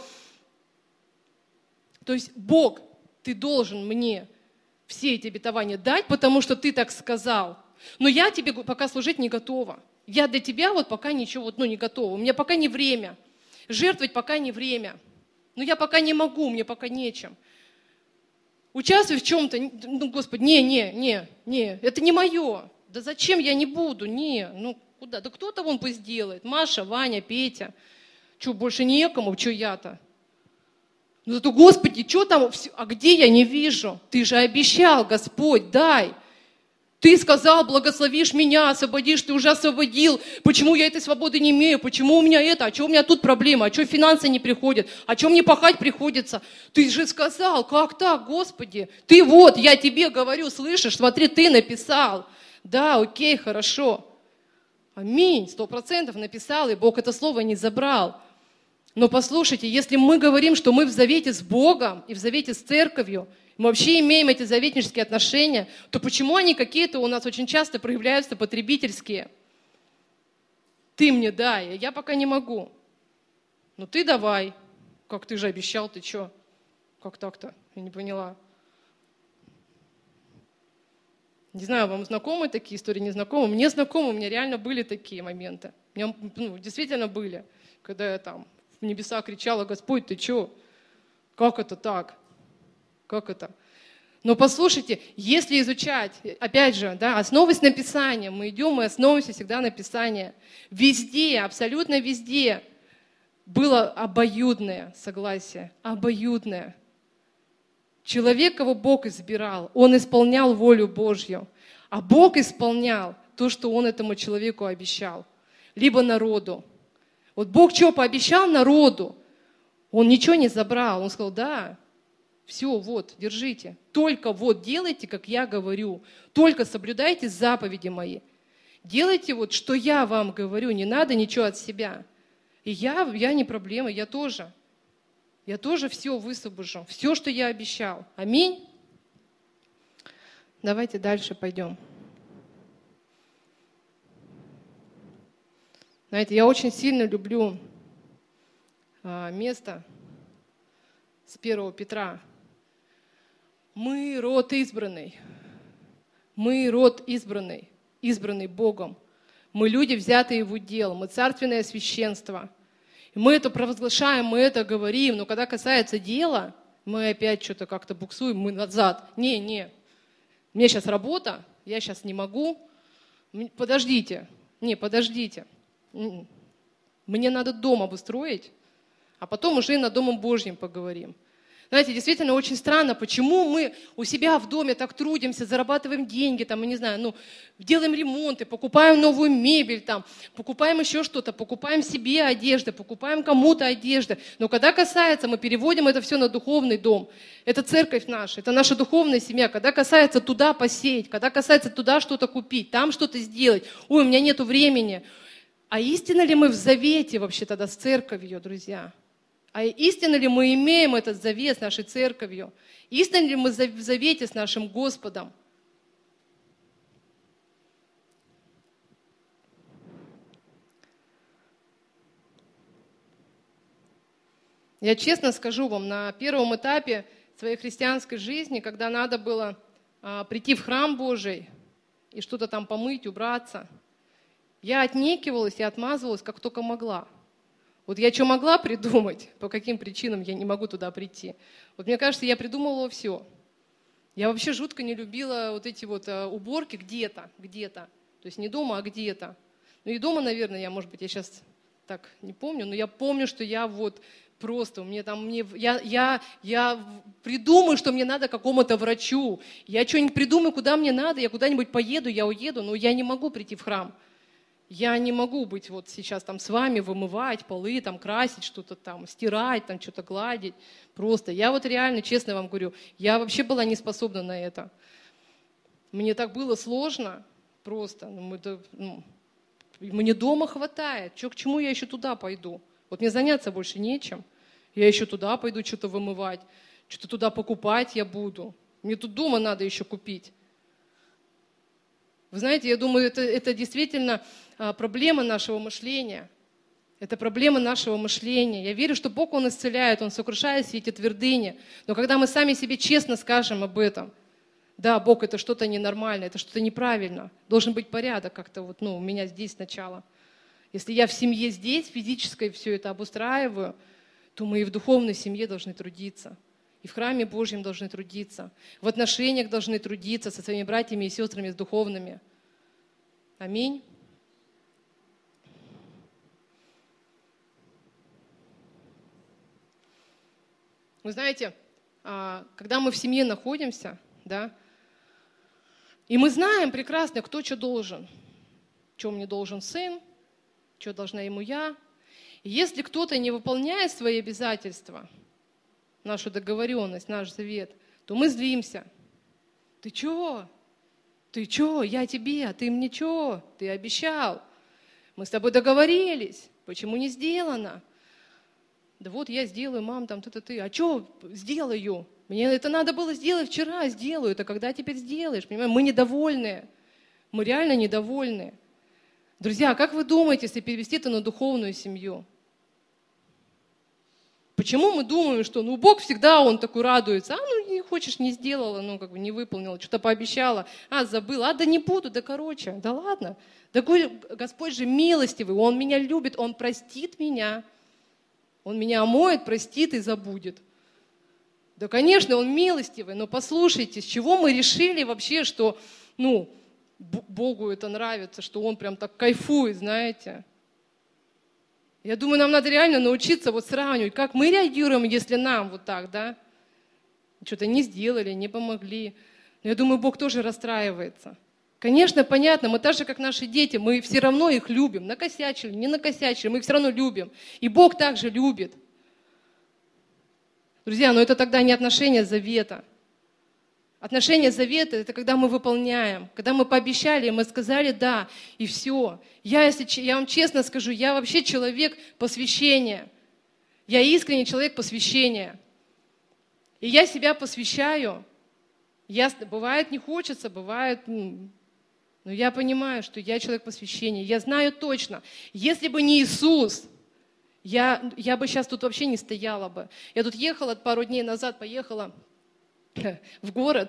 то есть, Бог, ты должен мне все эти обетования дать, потому что ты так сказал. Но я тебе пока служить не готова. Я для тебя вот пока ничего вот, ну, не готова, у меня пока не время. Жертвовать пока не время. Ну, я пока не могу, мне пока нечем. Участвуй в чем-то, ну, Господи, не, не, не, не, это не мое. Да зачем я не буду, не, ну, куда? Да кто-то вон пусть делает, Маша, Ваня, Петя. Что, больше некому, что я-то? Ну, зато, Господи, что там, а где я не вижу? Ты же обещал, Господь, дай. Ты сказал, благословишь меня, освободишь, ты уже освободил. Почему я этой свободы не имею? Почему у меня это? А что у меня тут проблема? А что финансы не приходят? А что мне пахать приходится? Ты же сказал, как так, Господи? Ты вот, я тебе говорю, слышишь? Смотри, ты написал. Да, окей, хорошо. Аминь, сто процентов написал, и Бог это слово не забрал. Но послушайте, если мы говорим, что мы в завете с Богом и в завете с церковью, мы вообще имеем эти заветнические отношения, то почему они какие-то у нас очень часто проявляются потребительские? Ты мне дай, я пока не могу. Ну ты давай. Как ты же обещал, ты что? Как так-то? Я не поняла. Не знаю, вам знакомы такие истории, не знакомы? Мне знакомы, у меня реально были такие моменты. У меня, ну, действительно были, когда я там в небеса кричала: Господь, ты что? Как это так? Как это? Но послушайте, если изучать, опять же, да, основываясь на Писании, мы идем, мы основываемся всегда на Писании. Везде, абсолютно везде было обоюдное согласие, обоюдное. Человек, кого Бог избирал, он исполнял волю Божью, а Бог исполнял то, что он этому человеку обещал, либо народу. Вот Бог что пообещал народу, он ничего не забрал, он сказал: да, все, вот, держите. Только вот делайте, как я говорю. Только соблюдайте заповеди мои. Делайте вот, что я вам говорю. Не надо ничего от себя. И я, я не проблема, я тоже. Я тоже все высвобожу. Все, что я обещал. Аминь. Давайте дальше пойдем. Знаете, я очень сильно люблю а, место с первого Петра. Мы род избранный. Мы род избранный, избранный Богом. Мы люди, взятые в удел. Мы царственное священство. И мы это провозглашаем, мы это говорим. Но когда касается дела, мы опять что-то как-то буксуем, мы назад. Не, не. У меня сейчас работа, я сейчас не могу. Подождите. Не, подождите. Мне надо дом обустроить, а потом уже и над Домом Божьим поговорим. Знаете, действительно очень странно, почему мы у себя в доме так трудимся, зарабатываем деньги, там, я не знаю, ну, делаем ремонты, покупаем новую мебель, там, покупаем еще что-то, покупаем себе одежды, покупаем кому-то одежды. Но когда касается, мы переводим это все на духовный дом. Это церковь наша, это наша духовная семья. Когда касается туда посеять, когда касается туда что-то купить, там что-то сделать. Ой, у меня нету времени. А истинно ли мы в завете вообще тогда с церковью, друзья? А истинно ли мы имеем этот завет с нашей церковью? Истинно ли мы в завете с нашим Господом? Я честно скажу вам, на первом этапе своей христианской жизни, когда надо было а, прийти в храм Божий и что-то там помыть, убраться, я отнекивалась и отмазывалась, как только могла. Вот я что могла придумать, по каким причинам я не могу туда прийти. Вот мне кажется, я придумывала все. Я вообще жутко не любила вот эти вот уборки где-то, где-то. То есть не дома, а где-то. Ну и дома, наверное, я, может быть, я сейчас так не помню, но я помню, что я вот просто, мне там, мне, я, я, я придумаю, что мне надо какому-то врачу. Я что-нибудь придумаю, куда мне надо, я куда-нибудь поеду, я уеду, но я не могу прийти в храм. Я не могу быть вот сейчас там с вами, вымывать полы, там красить что-то там, стирать, там что-то гладить. Просто я вот реально, честно вам говорю, я вообще была не способна на это. Мне так было сложно просто. Ну, ну, мне дома хватает. Чё, к чему я еще туда пойду? Вот мне заняться больше нечем. Я еще туда пойду что-то вымывать, что-то туда покупать я буду. Мне тут дома надо еще купить. Вы знаете, я думаю, это, это действительно проблема нашего мышления. Это проблема нашего мышления. Я верю, что Бог, Он исцеляет, Он сокрушает все эти твердыни. Но когда мы сами себе честно скажем об этом, Да, Бог, это что-то ненормальное, это что-то неправильно. Должен быть порядок как-то вот, ну, у меня здесь сначала. Если я в семье здесь, физической, все это обустраиваю, то мы и в духовной семье должны трудиться. И в храме Божьем должны трудиться. В отношениях должны трудиться со своими братьями и сестрами с духовными. Аминь. Вы знаете, когда мы в семье находимся, да, и мы знаем прекрасно, кто что должен. Что мне должен сын, что должна ему я. И если кто-то не выполняет свои обязательства, нашу договоренность, наш завет, то мы злимся. Ты чё? Ты чё? Я тебе, а ты мне чё? Ты обещал. Мы с тобой договорились. Почему не сделано? Да вот я сделаю, мам, там ты-то ты. А чё сделаю? Мне это надо было сделать вчера, сделаю. Это когда теперь сделаешь? Понимаете? Мы недовольны. Мы реально недовольны. Друзья, как вы думаете, если перевести это на духовную семью? Почему мы думаем, что ну Бог всегда, Он такой радуется, а ну не хочешь, не сделала, ну как бы не выполнила, что-то пообещала, а забыла, а да не буду, да короче, да ладно. Да Господь же милостивый, Он меня любит, Он простит меня, Он меня омоет, простит и забудет. Да, конечно, Он милостивый, но послушайте, с чего мы решили вообще, что ну, Богу это нравится, что Он прям так кайфует, знаете? Я думаю, нам надо реально научиться вот сравнивать, как мы реагируем, если нам вот так, да, что-то не сделали, не помогли. Но я думаю, Бог тоже расстраивается. Конечно, понятно, мы так же, как наши дети, мы все равно их любим. Накосячили, не накосячили, мы их все равно любим. И Бог также любит. Друзья, но это тогда не отношения завета. Отношения завета – это когда мы выполняем, когда мы пообещали, мы сказали «да», и все. Я, если, я вам честно скажу, я вообще человек посвящения. Я искренний человек посвящения. И я себя посвящаю. Я, бывает, не хочется, бывает… Ну, но я понимаю, что я человек посвящения. Я знаю точно, если бы не Иисус, я, я бы сейчас тут вообще не стояла бы. Я тут ехала пару дней назад, поехала в город,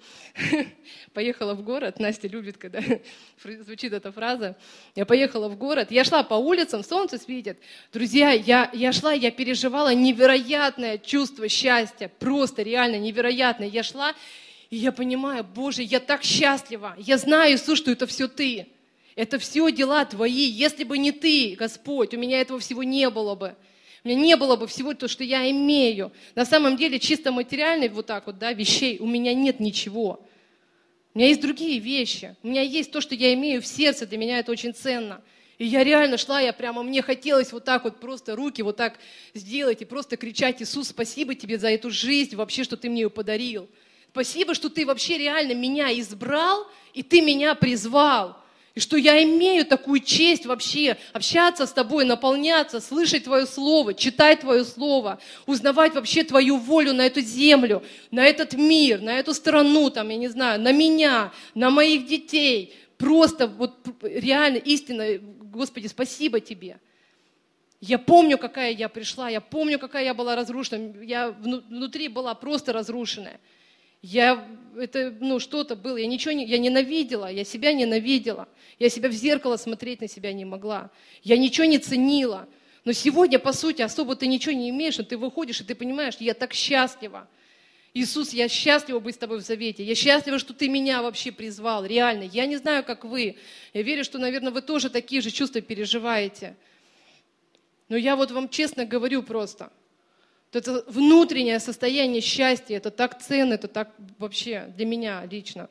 поехала в город, Настя любит, когда звучит эта фраза, я поехала в город, я шла по улицам, солнце светит, друзья, я, я шла, я переживала невероятное чувство счастья, просто реально невероятное, я шла, и я понимаю, Боже, я так счастлива, я знаю, Иисус, что это все Ты, это все дела Твои, если бы не Ты, Господь, у меня этого всего не было бы. У меня не было бы всего то, что я имею. На самом деле, чисто материальных вот так вот, да, вещей у меня нет ничего. У меня есть другие вещи. У меня есть то, что я имею в сердце. Для меня это очень ценно. И я реально шла, я прямо, мне хотелось вот так вот просто руки вот так сделать и просто кричать: Иисус, спасибо Тебе за эту жизнь, вообще, что Ты мне ее подарил. Спасибо, что Ты вообще реально меня избрал, и Ты меня призвал. И что я имею такую честь вообще общаться с Тобой, наполняться, слышать Твое Слово, читать Твое Слово, узнавать вообще Твою волю на эту землю, на этот мир, на эту страну, там, я не знаю, на меня, на моих детей. Просто вот реально истинно, Господи, спасибо Тебе. Я помню, какая я пришла, я помню, какая я была разрушена, я внутри была просто разрушенная. Я, это, ну, что-то было, я ничего не, я ненавидела, я себя ненавидела, я себя в зеркало смотреть на себя не могла, я ничего не ценила. Но сегодня, по сути, особо ты ничего не имеешь, но ты выходишь, и ты понимаешь, я так счастлива. Иисус, я счастлива быть с Тобой в завете, я счастлива, что Ты меня вообще призвал, реально. Я не знаю, как вы, я верю, что, наверное, вы тоже такие же чувства переживаете. Но я вот вам честно говорю просто, это внутреннее состояние счастья, это так ценно, это так вообще для меня лично.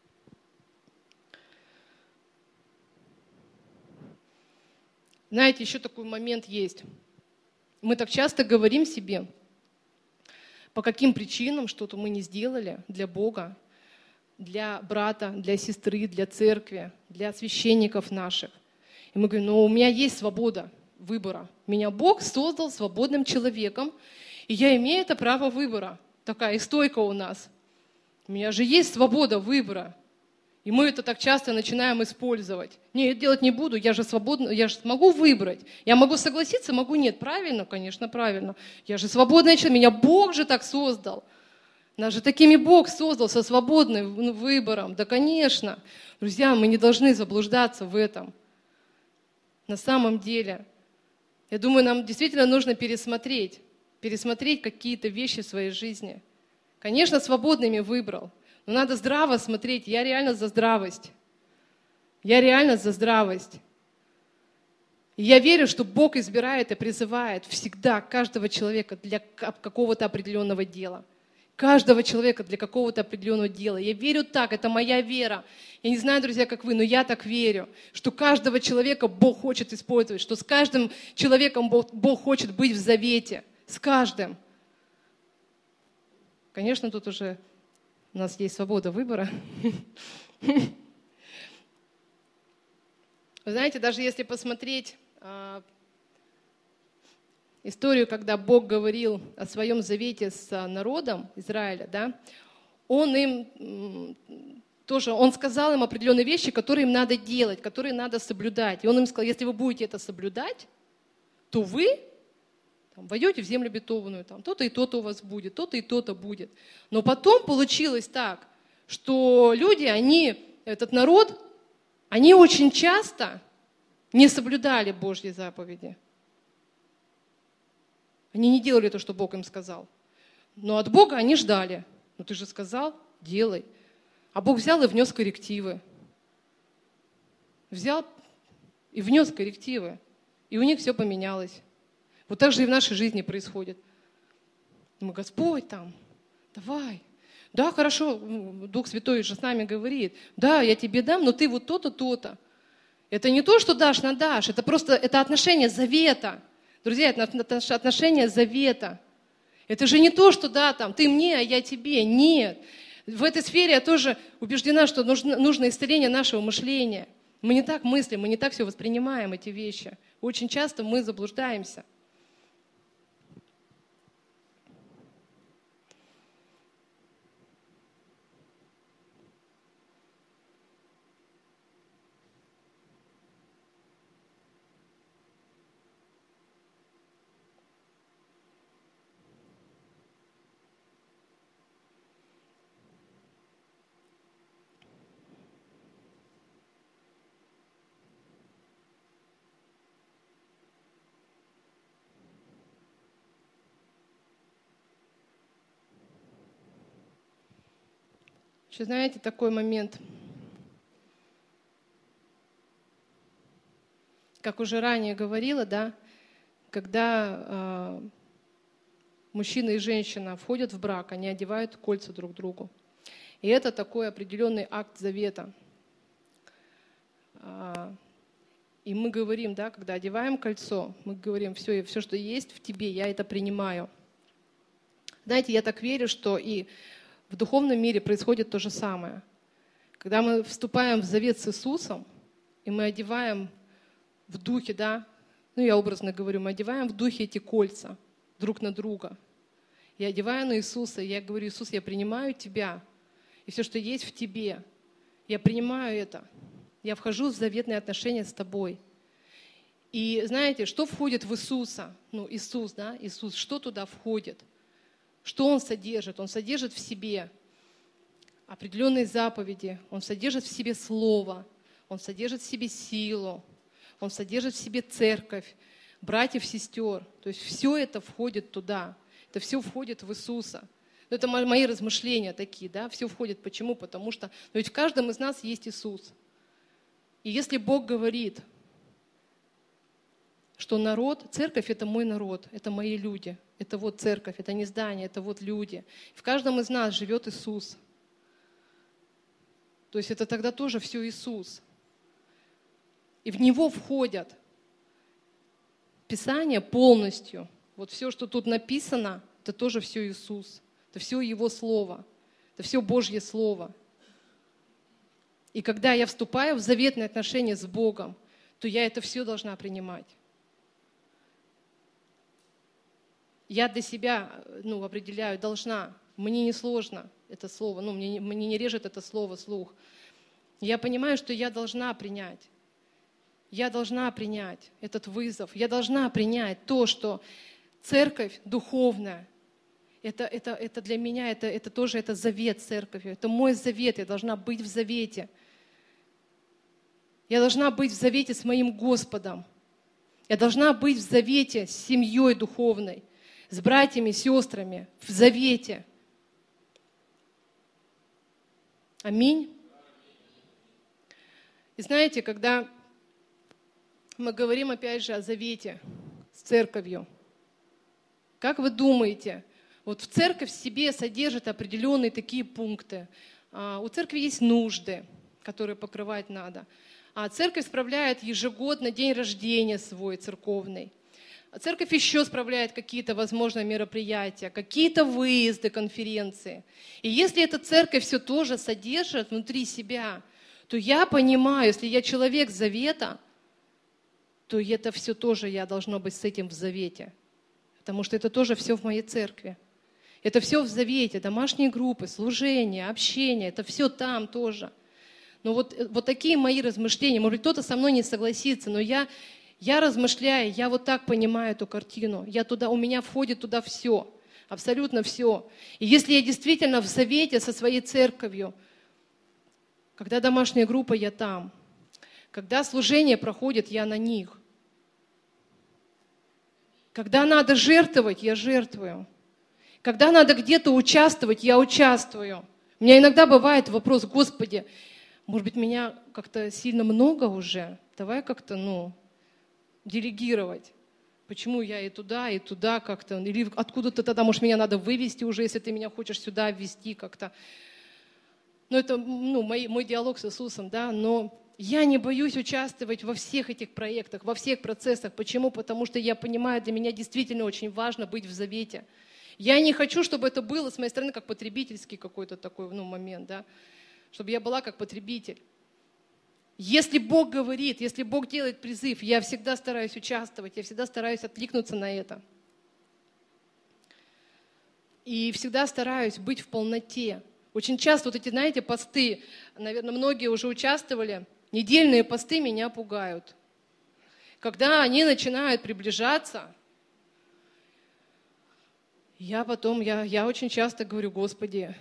Знаете, еще такой момент есть. Мы так часто говорим себе, по каким причинам что-то мы не сделали для Бога, для брата, для сестры, для церкви, для священников наших. И мы говорим, ну у меня есть свобода выбора. Меня Бог создал свободным человеком, и я имею это право выбора. Такая стойка у нас. У меня же есть свобода выбора. И мы это так часто начинаем использовать. Нет, делать не буду, я же свободна, я же смогу выбрать. Я могу согласиться, могу нет. Правильно? Конечно, правильно. Я же свободный человек, меня Бог же так создал. Нас же такими Бог создал, со свободным выбором. Да, конечно. Друзья, мы не должны заблуждаться в этом. На самом деле. Я думаю, нам действительно нужно пересмотреть, пересмотреть какие-то вещи в своей жизни. Конечно, свободными выбрал, но надо здраво смотреть. Я реально за здравость. Я реально за здравость. И я верю, что Бог избирает и призывает всегда каждого человека для какого-то определенного дела. Каждого человека для какого-то определенного дела. Я верю так, это моя вера. Я не знаю, друзья, как вы, но я так верю, что каждого человека Бог хочет использовать, что с каждым человеком Бог, Бог хочет быть в завете. С каждым. Конечно, тут уже у нас есть свобода выбора. Вы знаете, даже если посмотреть э, историю, когда Бог говорил о своем завете с народом Израиля, да, Он им м, тоже, Он сказал им определенные вещи, которые им надо делать, которые надо соблюдать. И Он им сказал, если вы будете это соблюдать, то вы там, войдете в землю обетованную, там, то-то и то-то у вас будет, то-то и то-то будет. Но потом получилось так, что люди, они, этот народ, они очень часто не соблюдали Божьи заповеди. Они не делали то, что Бог им сказал. Но от Бога они ждали. Ну ты же сказал, делай. А Бог взял и внес коррективы. Взял и внес коррективы. И у них все поменялось. Вот так же и в нашей жизни происходит. Мы, Господь, там, давай. Да, хорошо, Дух Святой же с нами говорит. Да, я тебе дам, но ты вот то-то, то-то. Это не то, что дашь на дашь. Это просто это отношение завета. Друзья, это отношение завета. Это же не то, что да, там, ты мне, а я тебе. Нет. В этой сфере я тоже убеждена, что нужно, нужно исцеление нашего мышления. Мы не так мыслим, мы не так все воспринимаем, эти вещи. Очень часто мы заблуждаемся. Еще знаете, такой момент, как уже ранее говорила, да, когда э, мужчина и женщина входят в брак, они одевают кольца друг другу. И это такой определенный акт завета. Э, и мы говорим, да, когда одеваем кольцо, мы говорим, все, все, что есть в тебе, я это принимаю. Знаете, я так верю, что и в духовном мире происходит то же самое. Когда мы вступаем в завет с Иисусом, и мы одеваем в духе, да, ну я образно говорю, мы одеваем в духе эти кольца друг на друга. Я одеваю на Иисуса, и я говорю, Иисус, я принимаю Тебя, и все, что есть в Тебе, я принимаю это. Я вхожу в заветные отношения с Тобой. И знаете, что входит в Иисуса? Ну, Иисус, да, Иисус, что туда входит? Что Он содержит? Он содержит в себе определенные заповеди, Он содержит в себе Слово, Он содержит в себе силу, Он содержит в себе церковь, братьев, сестер. То есть все это входит туда, это все входит в Иисуса. Это мои размышления такие, да, все входит. Почему? Потому что ну ведь в каждом из нас есть Иисус. И если Бог говорит, что народ, церковь — это мой народ, это мои люди, это вот церковь, это не здание, это вот люди. В каждом из нас живет Иисус. То есть это тогда тоже все Иисус. И в Него входят Писание полностью. Вот все, что тут написано, это тоже все Иисус. Это все Его Слово. Это все Божье Слово. И когда я вступаю в заветные отношения с Богом, то я это все должна принимать. Я для себя ну, определяю, должна. Мне не сложно это слово, ну, мне, мне не режет это слово слух. Я понимаю, что я должна принять. Я должна принять этот вызов. Я должна принять то, что церковь духовная Это, это, это для меня, это, это тоже это завет церковью. Это мой завет, я должна быть в завете. Я должна быть в завете с моим Господом. Я должна быть в завете с семьей духовной, с братьями, сестрами, в завете. Аминь. И знаете, когда мы говорим опять же о завете с церковью, как вы думаете, вот в церковь в себе содержит определенные такие пункты. У церкви есть нужды, которые покрывать надо. А церковь справляет ежегодно день рождения свой церковный. А церковь еще справляет какие-то, возможно, мероприятия, какие-то выезды, конференции. И если эта церковь все тоже содержит внутри себя, то я понимаю, если я человек завета, то это все тоже я должна быть с этим в завете. Потому что это тоже все в моей церкви. Это все в завете, домашние группы, служение, общение, это все там тоже. Но вот, вот такие мои размышления, может быть, кто-то со мной не согласится, но я, я размышляю, я вот так понимаю эту картину. Я туда, у меня входит туда все, абсолютно все. И если я действительно в завете со своей церковью, когда домашняя группа, я там. Когда служение проходит, я на них. Когда надо жертвовать, я жертвую. Когда надо где-то участвовать, я участвую. У меня иногда бывает вопрос: Господи, может быть, меня как-то сильно много уже? Давай как-то, ну, делегировать. Почему я и туда, и туда как-то? Или откуда-то тогда, может, меня надо вывести уже, если ты меня хочешь сюда ввести как-то. Ну, это ну, мой, мой диалог с Иисусом, да, но я не боюсь участвовать во всех этих проектах, во всех процессах. Почему? Потому что я понимаю, для меня действительно очень важно быть в завете. Я не хочу, чтобы это было с моей стороны как потребительский какой-то такой ну, момент, да, чтобы я была как потребитель. Если Бог говорит, если Бог делает призыв, я всегда стараюсь участвовать, я всегда стараюсь откликнуться на это. И всегда стараюсь быть в полноте. Очень часто вот эти, знаете, посты, наверное, многие уже участвовали, недельные посты меня пугают. Когда они начинают приближаться, я потом, я, я очень часто говорю: Господи,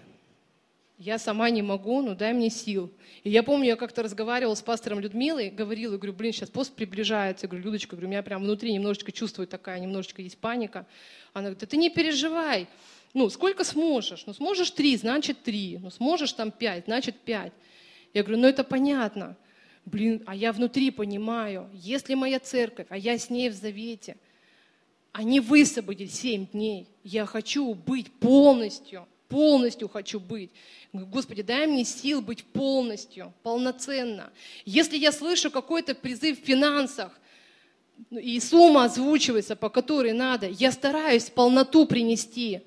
я сама не могу, но дай мне сил. И я помню, я как-то разговаривала с пастором Людмилой, говорила, говорю: блин, сейчас пост приближается. Я говорю: Людочка, говорю, у меня прям внутри немножечко чувствую такая, немножечко есть паника. Она говорит: да ты не переживай. Ну, сколько сможешь? Ну, сможешь три, значит три. Ну, сможешь там пять, значит пять. Я говорю: ну, это понятно. Блин, а я внутри понимаю, если моя церковь, а я с ней в завете, они высвободили семь дней, я хочу быть полностью, полностью хочу быть. Господи, дай мне сил быть полностью, полноценно. Если я слышу какой-то призыв в финансах, и сумма озвучивается, по которой надо, я стараюсь полноту принести.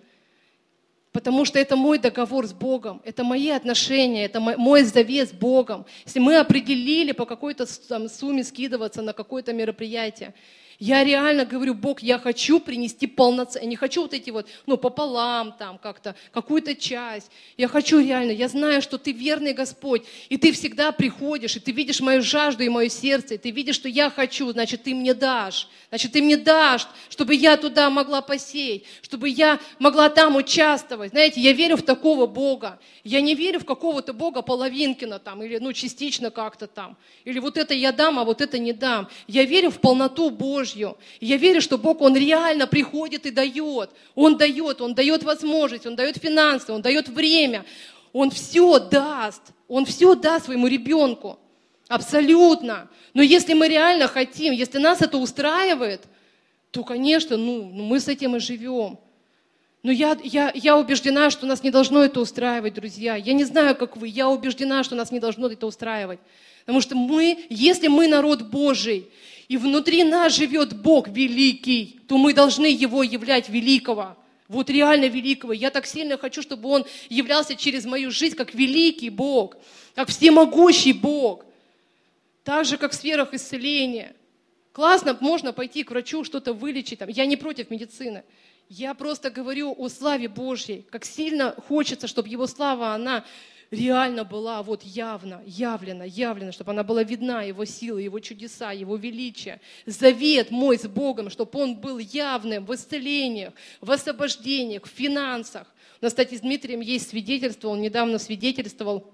Потому что это мой договор с Богом, это мои отношения, это мой завет с Богом. Если мы определили по какой-то там сумме скидываться на какое-то мероприятие, я реально говорю: Бог, я хочу принести полноценно, я не хочу вот эти вот, ну, пополам там как-то, какую-то часть. Я хочу реально, я знаю, что Ты верный Господь, и Ты всегда приходишь, и Ты видишь мою жажду и мое сердце, и Ты видишь, что я хочу, значит, Ты мне дашь. Значит, Ты мне дашь, чтобы я туда могла посеять, чтобы я могла там участвовать. Знаете, я верю в такого Бога. Я не верю в какого-то Бога половинкина там, или ну, частично как-то там. Или вот это я дам, а вот это не дам. Я верю в полноту Божью. И я верю, что Бог, Он реально приходит и дает. Он дает, Он дает возможность, Он дает финансы, Он дает время. Он все даст. Он все даст своему ребенку. Абсолютно. Но если мы реально хотим, если нас это устраивает, то, конечно, ну, мы с этим и живем. Но я, я, я убеждена, что нас не должно это устраивать, друзья. Я не знаю, как вы, я убеждена, что нас не должно это устраивать. Потому что мы, если мы народ Божий, и внутри нас живет Бог великий, то мы должны Его являть великого. Вот реально великого. Я так сильно хочу, чтобы Он являлся через мою жизнь как великий Бог, как всемогущий Бог. Так же, как в сферах исцеления. Классно, можно пойти к врачу, что-то вылечить. Там. Я не против медицины. Я просто говорю о славе Божьей. Как сильно хочется, чтобы Его слава, она реально была вот явно, явлена, явлена, чтобы она была видна, Его сила, Его чудеса, Его величие. Завет мой с Богом, чтобы Он был явным в исцелениях, в освобождениях, в финансах. У нас, кстати, с Дмитрием есть свидетельство, он недавно свидетельствовал,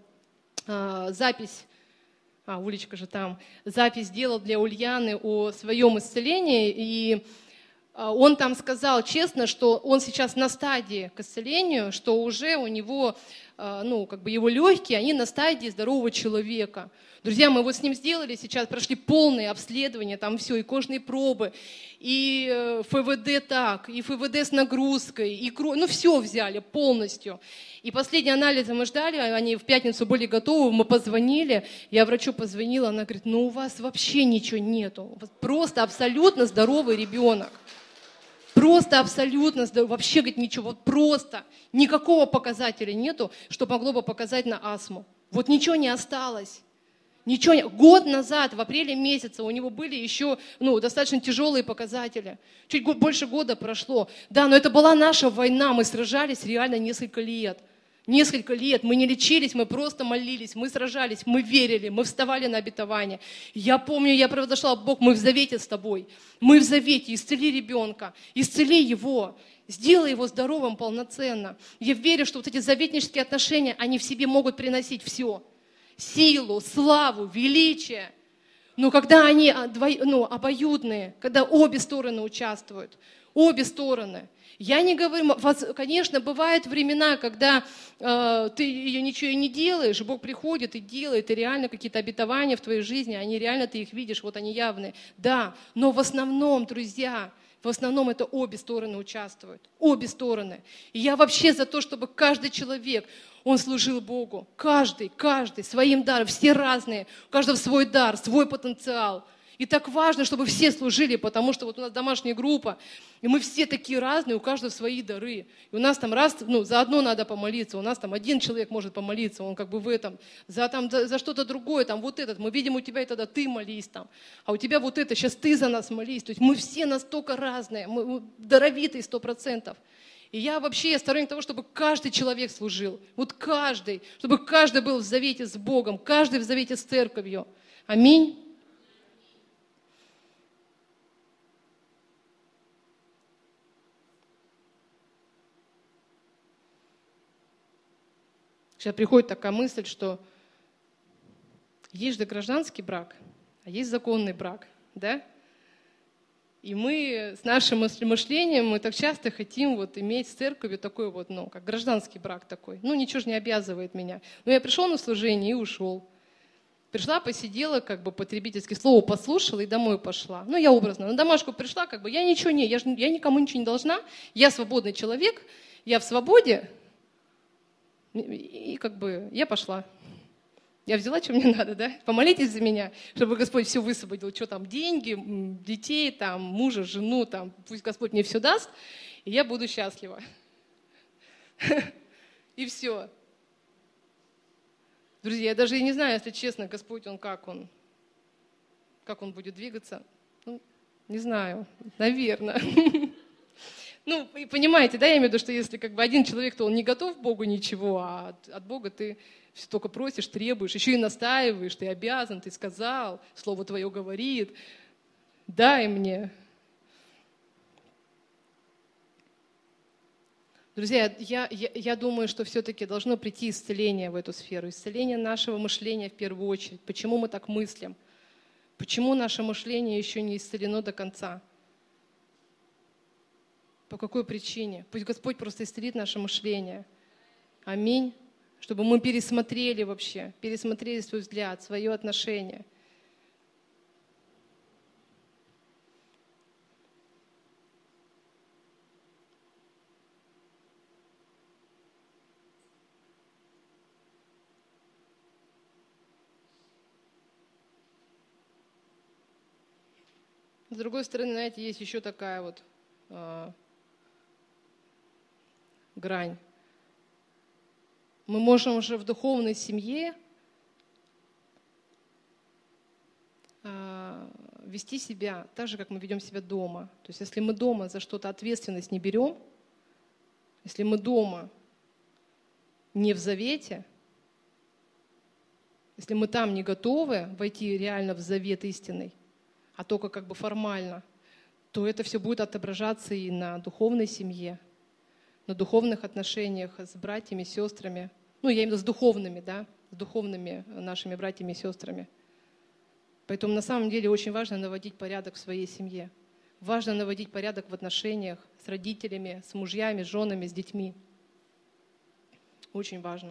э, запись, а, Улечка же там, запись делал для Ульяны о своем исцелении, и он там сказал честно, что он сейчас на стадии к исцелению, что уже у него, ну, как бы его легкие, они на стадии здорового человека. Друзья, мы вот с ним сделали сейчас, прошли полные обследования, там все, и кожные пробы, и ФВД так, и ФВД с нагрузкой, и кровь, ну все взяли полностью. И последние анализы мы ждали, они в пятницу были готовы, мы позвонили, я врачу позвонила, она говорит, ну у вас вообще ничего нету, просто абсолютно здоровый ребенок. Просто абсолютно здоровый, вообще, говорит, ничего, вот просто никакого показателя нету, что могло бы показать на астму. Вот ничего не осталось. Ничего не... Год назад, в апреле месяце, у него были еще ну, достаточно тяжелые показатели. Чуть больше года прошло. Да, но это была наша война, мы сражались реально несколько лет. Несколько лет мы не лечились, мы просто молились, мы сражались, мы верили, мы вставали на обетование. Я помню, я провозглашала, Бог, мы в завете с тобой. Мы в завете, исцели ребенка, исцели его, сделай его здоровым полноценно. Я верю, что вот эти заветнические отношения, они в себе могут приносить все. Силу, славу, величие. Но когда они ну, обоюдные, когда обе стороны участвуют, обе стороны. Я не говорю, конечно, бывают времена, когда э, ты ее ничего и не делаешь, Бог приходит и делает, и реально какие-то обетования в твоей жизни, они реально, ты их видишь, вот они явные. Да, но в основном, друзья, в основном это обе стороны участвуют, обе стороны. И я вообще за то, чтобы каждый человек, он служил Богу, каждый, каждый своим даром, все разные, у каждого свой дар, свой потенциал. И так важно, чтобы все служили, потому что вот у нас домашняя группа, и мы все такие разные, у каждого свои дары. И у нас там раз, ну, за одно надо помолиться, у нас там один человек может помолиться, он как бы в этом, за, там, за, за что-то другое, там вот этот, мы видим у тебя, и тогда ты молись там, а у тебя вот это, сейчас ты за нас молись. То есть мы все настолько разные, мы, мы даровитые сто процентов. И я вообще я сторонник того, чтобы каждый человек служил, вот каждый, чтобы каждый был в завете с Богом, каждый в завете с церковью. Аминь. Сейчас приходит такая мысль, что есть же гражданский брак, а есть законный брак, да? И мы с нашим мышлением, мы так часто хотим вот иметь с церковью такой вот, ну, как гражданский брак такой. Ну, ничего же не обязывает меня. Но я пришел на служение и ушел. Пришла, посидела, как бы потребительски слово послушала и домой пошла. Ну, я образно. На домашку пришла, как бы я ничего не, я, же, я никому ничего не должна. Я свободный человек, я в свободе. И, и как бы я пошла. Я взяла, что мне надо, да? Помолитесь за меня, чтобы Господь все высвободил. Что там, деньги, детей, там, мужа, жену, там, пусть Господь мне все даст, и я буду счастлива. И все. Друзья, я даже и не знаю, если честно, Господь, Он как Он? Как Он будет двигаться? Ну, не знаю, наверное. Ну, понимаете, да, я имею в виду, что если как бы один человек, то он не готов к Богу ничего, а от, от Бога ты все только просишь, требуешь, еще и настаиваешь, ты обязан, ты сказал, Слово Твое говорит, дай мне. Друзья, я, я, я думаю, что все-таки должно прийти исцеление в эту сферу, исцеление нашего мышления в первую очередь. Почему мы так мыслим? Почему наше мышление еще не исцелено до конца? По какой причине? Пусть Господь просто исцелит наше мышление. Аминь. Чтобы мы пересмотрели вообще, пересмотрели свой взгляд, свое отношение. С другой стороны, знаете, есть еще такая вот э, грань. Мы можем уже в духовной семье э, вести себя так же, как мы ведем себя дома. То есть если мы дома за что-то ответственность не берем, если мы дома не в завете, если мы там не готовы войти реально в завет истинный, а только как бы формально, то это все будет отображаться и на духовной семье, на духовных отношениях с братьями, сестрами. Ну, я имею в виду с духовными, да, с духовными нашими братьями и сестрами. Поэтому на самом деле очень важно наводить порядок в своей семье. Важно наводить порядок в отношениях с родителями, с мужьями, с женами, с детьми. Очень важно.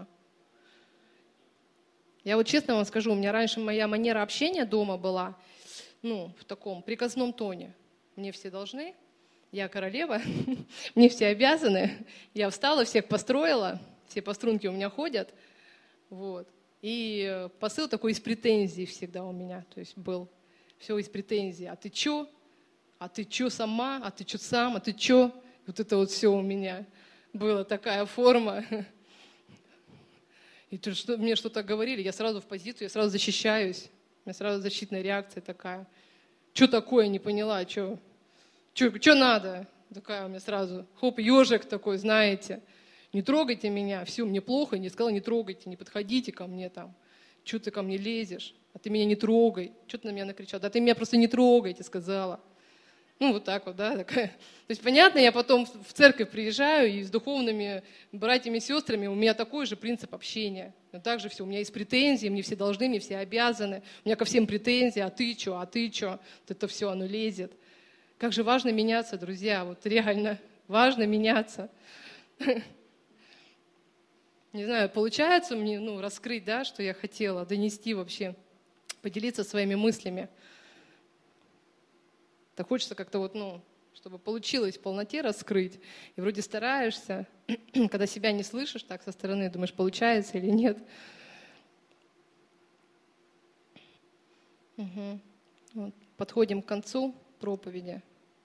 Я вот честно вам скажу, у меня раньше моя манера общения дома была, ну, в таком приказном тоне. Мне все должны, я королева, мне все обязаны. Я встала, всех построила, все по струнке у меня ходят. Вот. И посыл такой из претензий всегда у меня, то есть был. Все из претензий. А ты чё? А ты чё сама? А ты чё сам? А ты чё? Вот это вот все у меня была такая форма. И то, что мне что-то говорили, я сразу в позицию, я сразу защищаюсь. У меня сразу защитная реакция такая. Что такое, не поняла, что что надо? Такая у меня сразу, хоп, ежик такой, знаете. Не трогайте меня, все, мне плохо, не сказала, не трогайте, не подходите ко мне там. Что ты ко мне лезешь? А ты меня не трогай. Что ты на меня накричал? Да ты меня просто не трогайте, сказала. Ну, вот так вот, да, такая. То есть, понятно, я потом в церковь приезжаю, и с духовными братьями и сестрами у меня такой же принцип общения. Также все, у меня есть претензии, мне все должны, мне все обязаны. У меня ко всем претензии, а ты что, а ты что? Вот это все, оно лезет. Как же важно меняться, друзья, вот реально важно меняться. Не знаю, получается мне ну, раскрыть, да, что я хотела донести вообще, поделиться своими мыслями. Так хочется как-то вот, ну, чтобы получилось в полноте раскрыть. И вроде стараешься, когда себя не слышишь так со стороны, думаешь, получается или нет. Угу. Вот. Подходим к концу проповеди.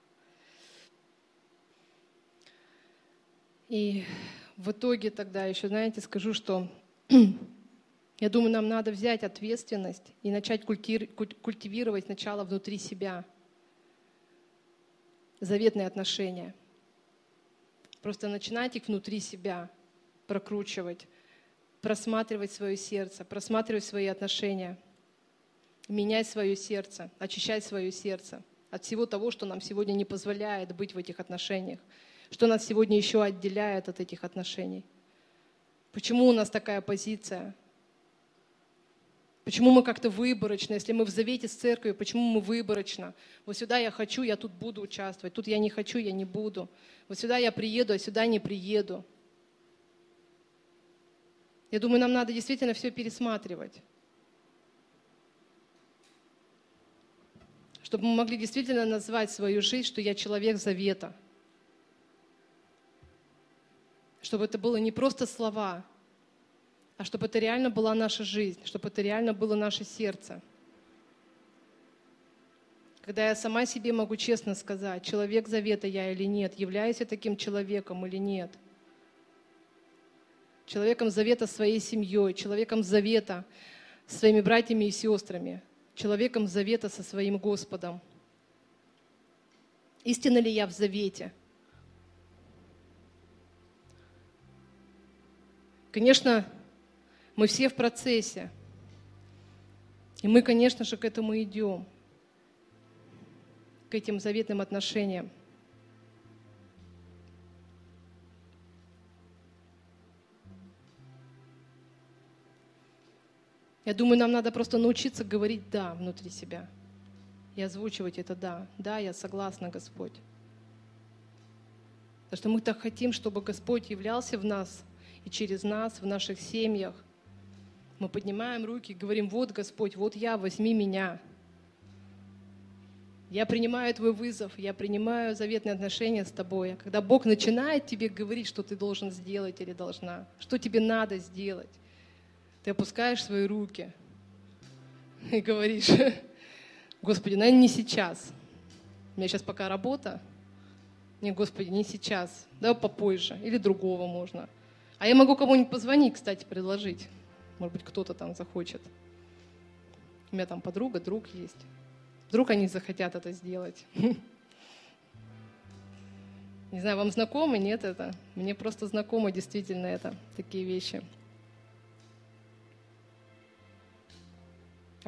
И в итоге тогда еще, знаете, скажу, что я думаю, нам надо взять ответственность и начать культивировать сначала внутри себя заветные отношения. Просто начинать их внутри себя прокручивать, просматривать свое сердце, просматривать свои отношения, менять свое сердце, очищать свое сердце от всего того, что нам сегодня не позволяет быть в этих отношениях, что нас сегодня еще отделяет от этих отношений. Почему у нас такая позиция? Почему мы как-то выборочно, если мы в завете с церковью, почему мы выборочно? Вот сюда я хочу, я тут буду участвовать, тут я не хочу, я не буду. Вот сюда я приеду, а сюда не приеду. Я думаю, нам надо действительно все пересматривать, чтобы мы могли действительно назвать свою жизнь, что я человек завета. Чтобы это было не просто слова, а чтобы это реально была наша жизнь, чтобы это реально было наше сердце. Когда я сама себе могу честно сказать, человек завета я или нет, являюсь я таким человеком или нет. Человеком завета своей семьей, человеком завета своими братьями и сестрами, человеком завета со своим Господом. Истинно ли я в завете? Конечно, мы все в процессе. И мы, конечно же, к этому идем, к этим заветным отношениям. Я думаю, нам надо просто научиться говорить «да» внутри себя и озвучивать это «да». Да, я согласна, Господь. Потому что мы так хотим, чтобы Господь являлся в нас и через нас, в наших семьях. Мы поднимаем руки и говорим: вот, Господь, вот я, возьми меня. Я принимаю Твой вызов, я принимаю заветные отношения с Тобой. Когда Бог начинает тебе говорить, что ты должен сделать или должна, что тебе надо сделать, ты опускаешь свои руки и говоришь: Господи, наверное, не сейчас. У меня сейчас пока работа. Нет, Господи, не сейчас. Давай попозже. Или другого можно. А я могу кому-нибудь позвонить, кстати, предложить. Может быть, кто-то там захочет. У меня там подруга, друг есть. Вдруг они захотят это сделать. Не знаю, вам знакомо, нет это? Мне просто знакомо действительно это, такие вещи.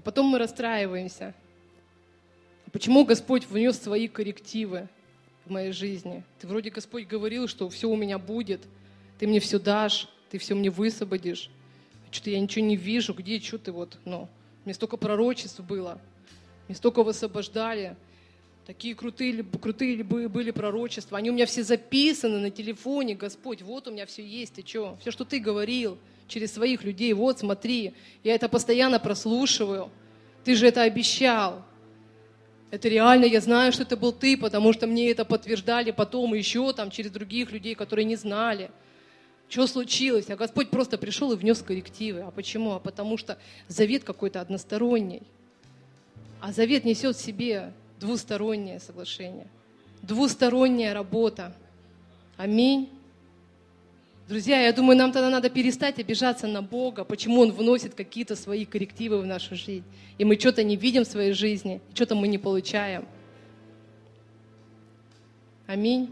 потом мы расстраиваемся. Почему Господь внес свои коррективы в моей жизни? Ты вроде, Господь, говорил, что все у меня будет, ты мне все дашь, ты все мне высвободишь. Что-то я ничего не вижу, где, что ты вот, ну, мне столько пророчеств было, мне столько высвобождали, такие крутые, крутые были пророчества, они у меня все записаны на телефоне, Господь, вот у меня все есть, ты что, все, что ты говорил через своих людей, вот смотри, я это постоянно прослушиваю, ты же это обещал. Это реально, я знаю, что это был ты, потому что мне это подтверждали потом еще там через других людей, которые не знали. Что случилось? А Господь просто пришел и внес коррективы. А почему? А потому что завет какой-то односторонний. А завет несет в себе двустороннее соглашение, двусторонняя работа. Аминь. Друзья, я думаю, нам тогда надо перестать обижаться на Бога, почему Он вносит какие-то свои коррективы в нашу жизнь. И мы что-то не видим в своей жизни, что-то мы не получаем. Аминь.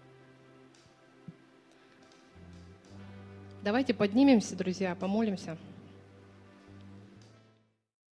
Давайте поднимемся, друзья, помолимся.